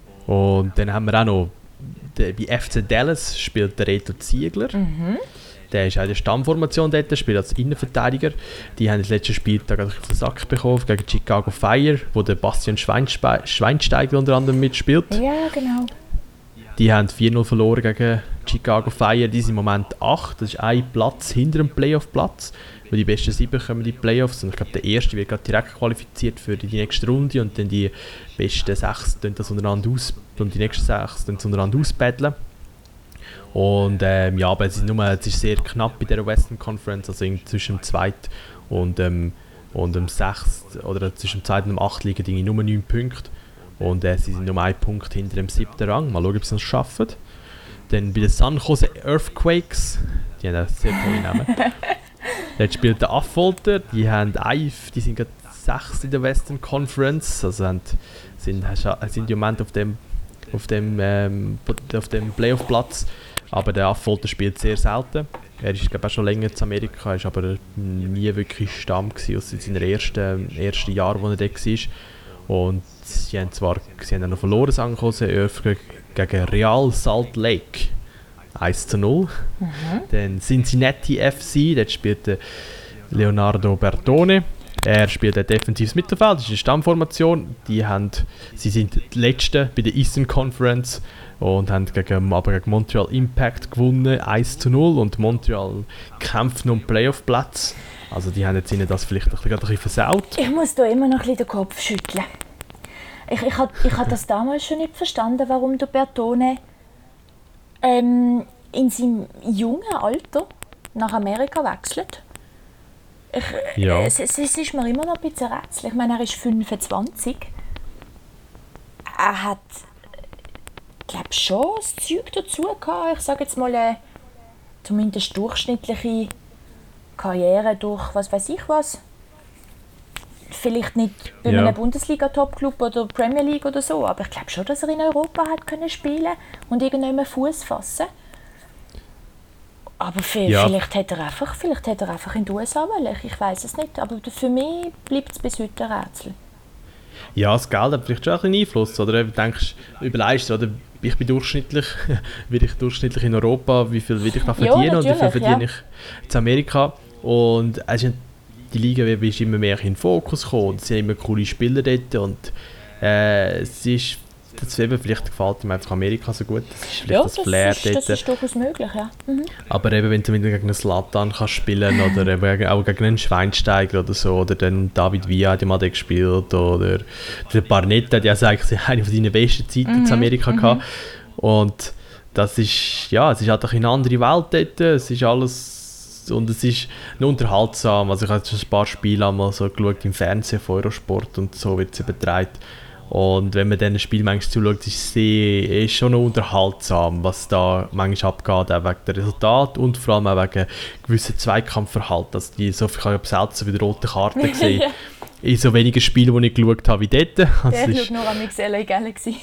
Und dann haben wir auch noch, bei FC Dallas spielt der Reto Ziegler. Der ist auch in der Stammformation dort, spielt als Innenverteidiger. Die haben das letzte Spieltag auf den Sack bekommen gegen Chicago Fire, wo der Bastian Schweinsteiger unter anderem mitspielt. Ja, genau. Die haben 4-0 verloren gegen Chicago Fire. Die sind im Moment 8. Das ist ein Platz hinter dem Playoff-Platz. Weil die besten 7 kommen in die Playoffs. Und ich glaube, der erste wird gerade direkt qualifiziert für die nächste Runde. Und dann die besten 6 tun das untereinander aus. Und die nächsten 6 tun das untereinander ausbetteln. Und ja, aber es ist sehr knapp in der Western Conference. Also zwischen dem 2. und dem 6. oder zwischen dem 2. und dem 8 liegen die nur 9 Punkte. Und sie sind nur 1 Punkt hinter dem 7. Rang. Mal schauen, ob sie es schaffen. Dann bei den San Jose Earthquakes, die haben einen sehr tollen Namen. Dort spielt der Affolter, die sind gerade 6 in der Western Conference, also sind im Moment auf dem Playoff-Platz. Aber der Affolter spielt sehr selten. Er ist glaube ich auch schon länger in Amerika, ist aber nie wirklich Stamm gewesen, aus seinem ersten Jahr, wo er dort war. Und sie haben noch verloren, San Jose Earthquake gegen Real Salt Lake. 1-0. Dann Cincinnati FC, dort spielt Leonardo Bertone. Er spielt ein defensives Mittelfeld, das ist eine Stammformation. Sie sind die Letzten bei der Eastern Conference und haben gegen Montreal Impact gewonnen, 1-0. Und Montreal kämpft noch um Playoff-Platz. Also die haben jetzt ihnen das vielleicht ein bisschen versaut. Ich muss da immer noch ein bisschen den Kopf schütteln. Ich hab das damals schon nicht verstanden, warum der Bertone in seinem jungen Alter nach Amerika wechselt. Es ist mir immer noch ein bisschen rätsel. Ich meine, er ist 25. Er hat, glaube schon das Zeug dazu gehabt. Ich sage jetzt mal, zumindest durchschnittliche Karriere durch was weiß ich was. Vielleicht nicht bei einem Bundesliga-Top-Club oder Premier League oder so, aber ich glaube schon, dass er in Europa hat können spielen und irgendwann Fuß fassen. Aber vielleicht hat er einfach in den USA wollen. Ich weiß es nicht, aber für mich bleibt es bis heute ein Rätsel. Ja, das Geld hat vielleicht schon ein bisschen Einfluss, oder? Überlegst du, oder? Ich bin durchschnittlich in Europa, wie viel will ich da verdienen und wie viel verdiene ich in Amerika. Und die Liga ist immer mehr in den Fokus gekommen. Es sind immer coole Spieler dort und vielleicht gefällt ihm einfach Amerika so gut. Das ist vielleicht das Flair dort. Das ist durchaus möglich, ja. Mhm. Aber eben, wenn du gegen einen Zlatan kannst spielen oder eben auch gegen einen Schweinsteiger oder so, oder dann David Villa hat ja mal gespielt, oder der Barnett hat ja eigentlich eine von seinen besten Zeiten in Amerika gehabt. Und das ist, es ist halt eine andere Welt dort. Es ist alles. Und es ist noch unterhaltsam. Also ich habe schon ein paar Spiele einmal so geschaut im Fernsehen von Eurosport und so wird es übertragen. Und wenn man dann ein Spiel manchmal zuschaut, ist schon noch unterhaltsam, was da manchmal abgeht, auch wegen der Resultat und vor allem auch wegen gewissen Zweikampfverhalten. Also ich habe selten wieder rote Karten gesehen. In so wenigen Spielen, die ich geschaut habe wie dort. Also ich schaue nur an LA Galaxy.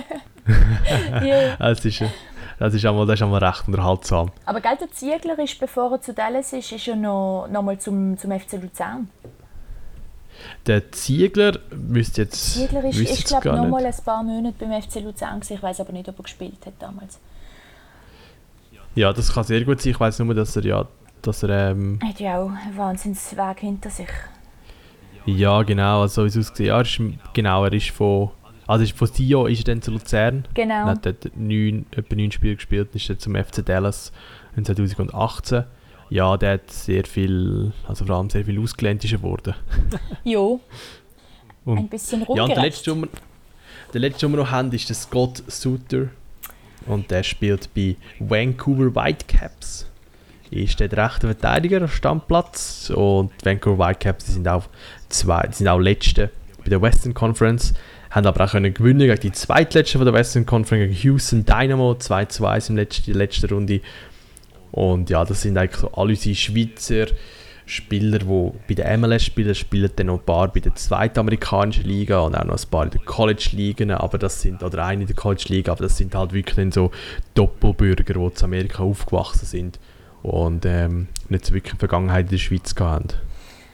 Das ist einmal recht unterhaltsam. Aber gell, der Ziegler ist, bevor er zu Dallas ist ja noch mal zum FC Luzern. Der Ziegler müsste jetzt... Der Ziegler ist glaube ich, noch mal ein paar Monate beim FC Luzern gewesen. Ich weiß aber nicht, ob er gespielt hat damals. Ja, das kann sehr gut sein. Ich weiß nur, dass er hat ja auch einen Wahnsinnsweg hinter sich. Ja, genau. Also, wie es aussieht, er ist von Sion ist er dann zu Luzern. Genau. Er hat dort etwa 9 Spiele gespielt und ist dann zum FC Dallas in 2018. Ja, der hat sehr viel, also vor allem sehr viel ausgelernt geworden. Jo. Ein bisschen rumgerecht. Ja, und der letzte, den wir noch haben, ist der Scott Suter. Und der spielt bei Vancouver Whitecaps. Ist der rechte Verteidiger am Stammplatz. Und die Vancouver Whitecaps sind auch Letzte bei der Western Conference. Haben aber auch gewinnen gegen die Zweitletzte von der Western Conference, gegen Houston Dynamo, 2-2 in der letzten Runde. Und ja, das sind eigentlich so alle unsere Schweizer Spieler, die bei der MLS spielen dann noch ein paar bei der zweiten amerikanischen Liga und auch noch ein paar in der College-Ligen, oder eine in der College-Liga, aber das sind halt wirklich dann so Doppelbürger, die in Amerika aufgewachsen sind und nicht so wirklich in der Vergangenheit in der Schweiz hatten.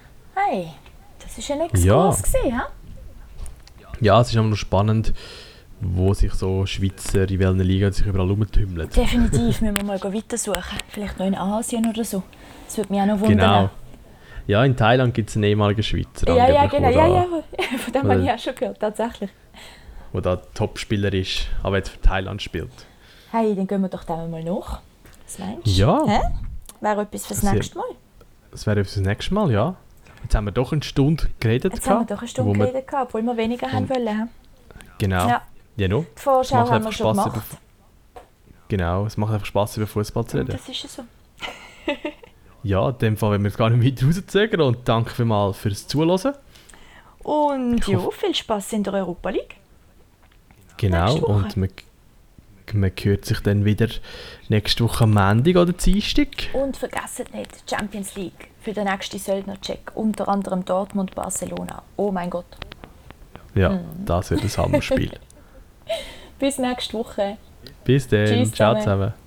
Hey, das war ein Exkurs gewesen, ja? Ja, es ist immer noch spannend, wo sich so Schweizer in welchen Ligen sich überall rumtümmeln. Definitiv, müssen wir mal weitersuchen. Vielleicht noch in Asien oder so. Das würde mich auch noch wundern. Genau. Ja, in Thailand gibt es einen ehemaligen Schweizer. Ja, angeblich, genau. wo da- Ja. Von dem habe ich auch schon gehört, tatsächlich. Wo da Topspieler ist, aber jetzt für Thailand spielt. Hey, dann gehen wir doch dem mal nach. Was meinst du? Ja. Hä? Wäre etwas fürs Sehr- nächste Mal. Das wäre fürs nächste Mal, ja. Jetzt haben wir doch eine Stunde geredet. Jetzt haben wir doch eine Stunde wo wir- geredet, obwohl wir weniger haben wollen. Hä? Genau. Ja. Ja, no. Die Vorschau macht haben wir einfach schon Spass gemacht. Genau, es macht einfach Spass, über Fußball zu reden. Das ist ja so. Ja, in dem Fall wollen wir es gar nicht weiter rauszögern und danke vielmals fürs Zuhören. Und Ich ja, hoffe- viel Spass in der Europa League. Genau, Nächste Woche. und man hört sich dann wieder nächste Woche am Montag oder Dienstag. Und vergesst nicht, Champions League für den nächsten Söldner-Check. Unter anderem Dortmund, Barcelona. Oh mein Gott. Ja, das wird ein Hammerspiel. Bis nächste Woche. Bis dann, Tschüss ciao zusammen. zusammen.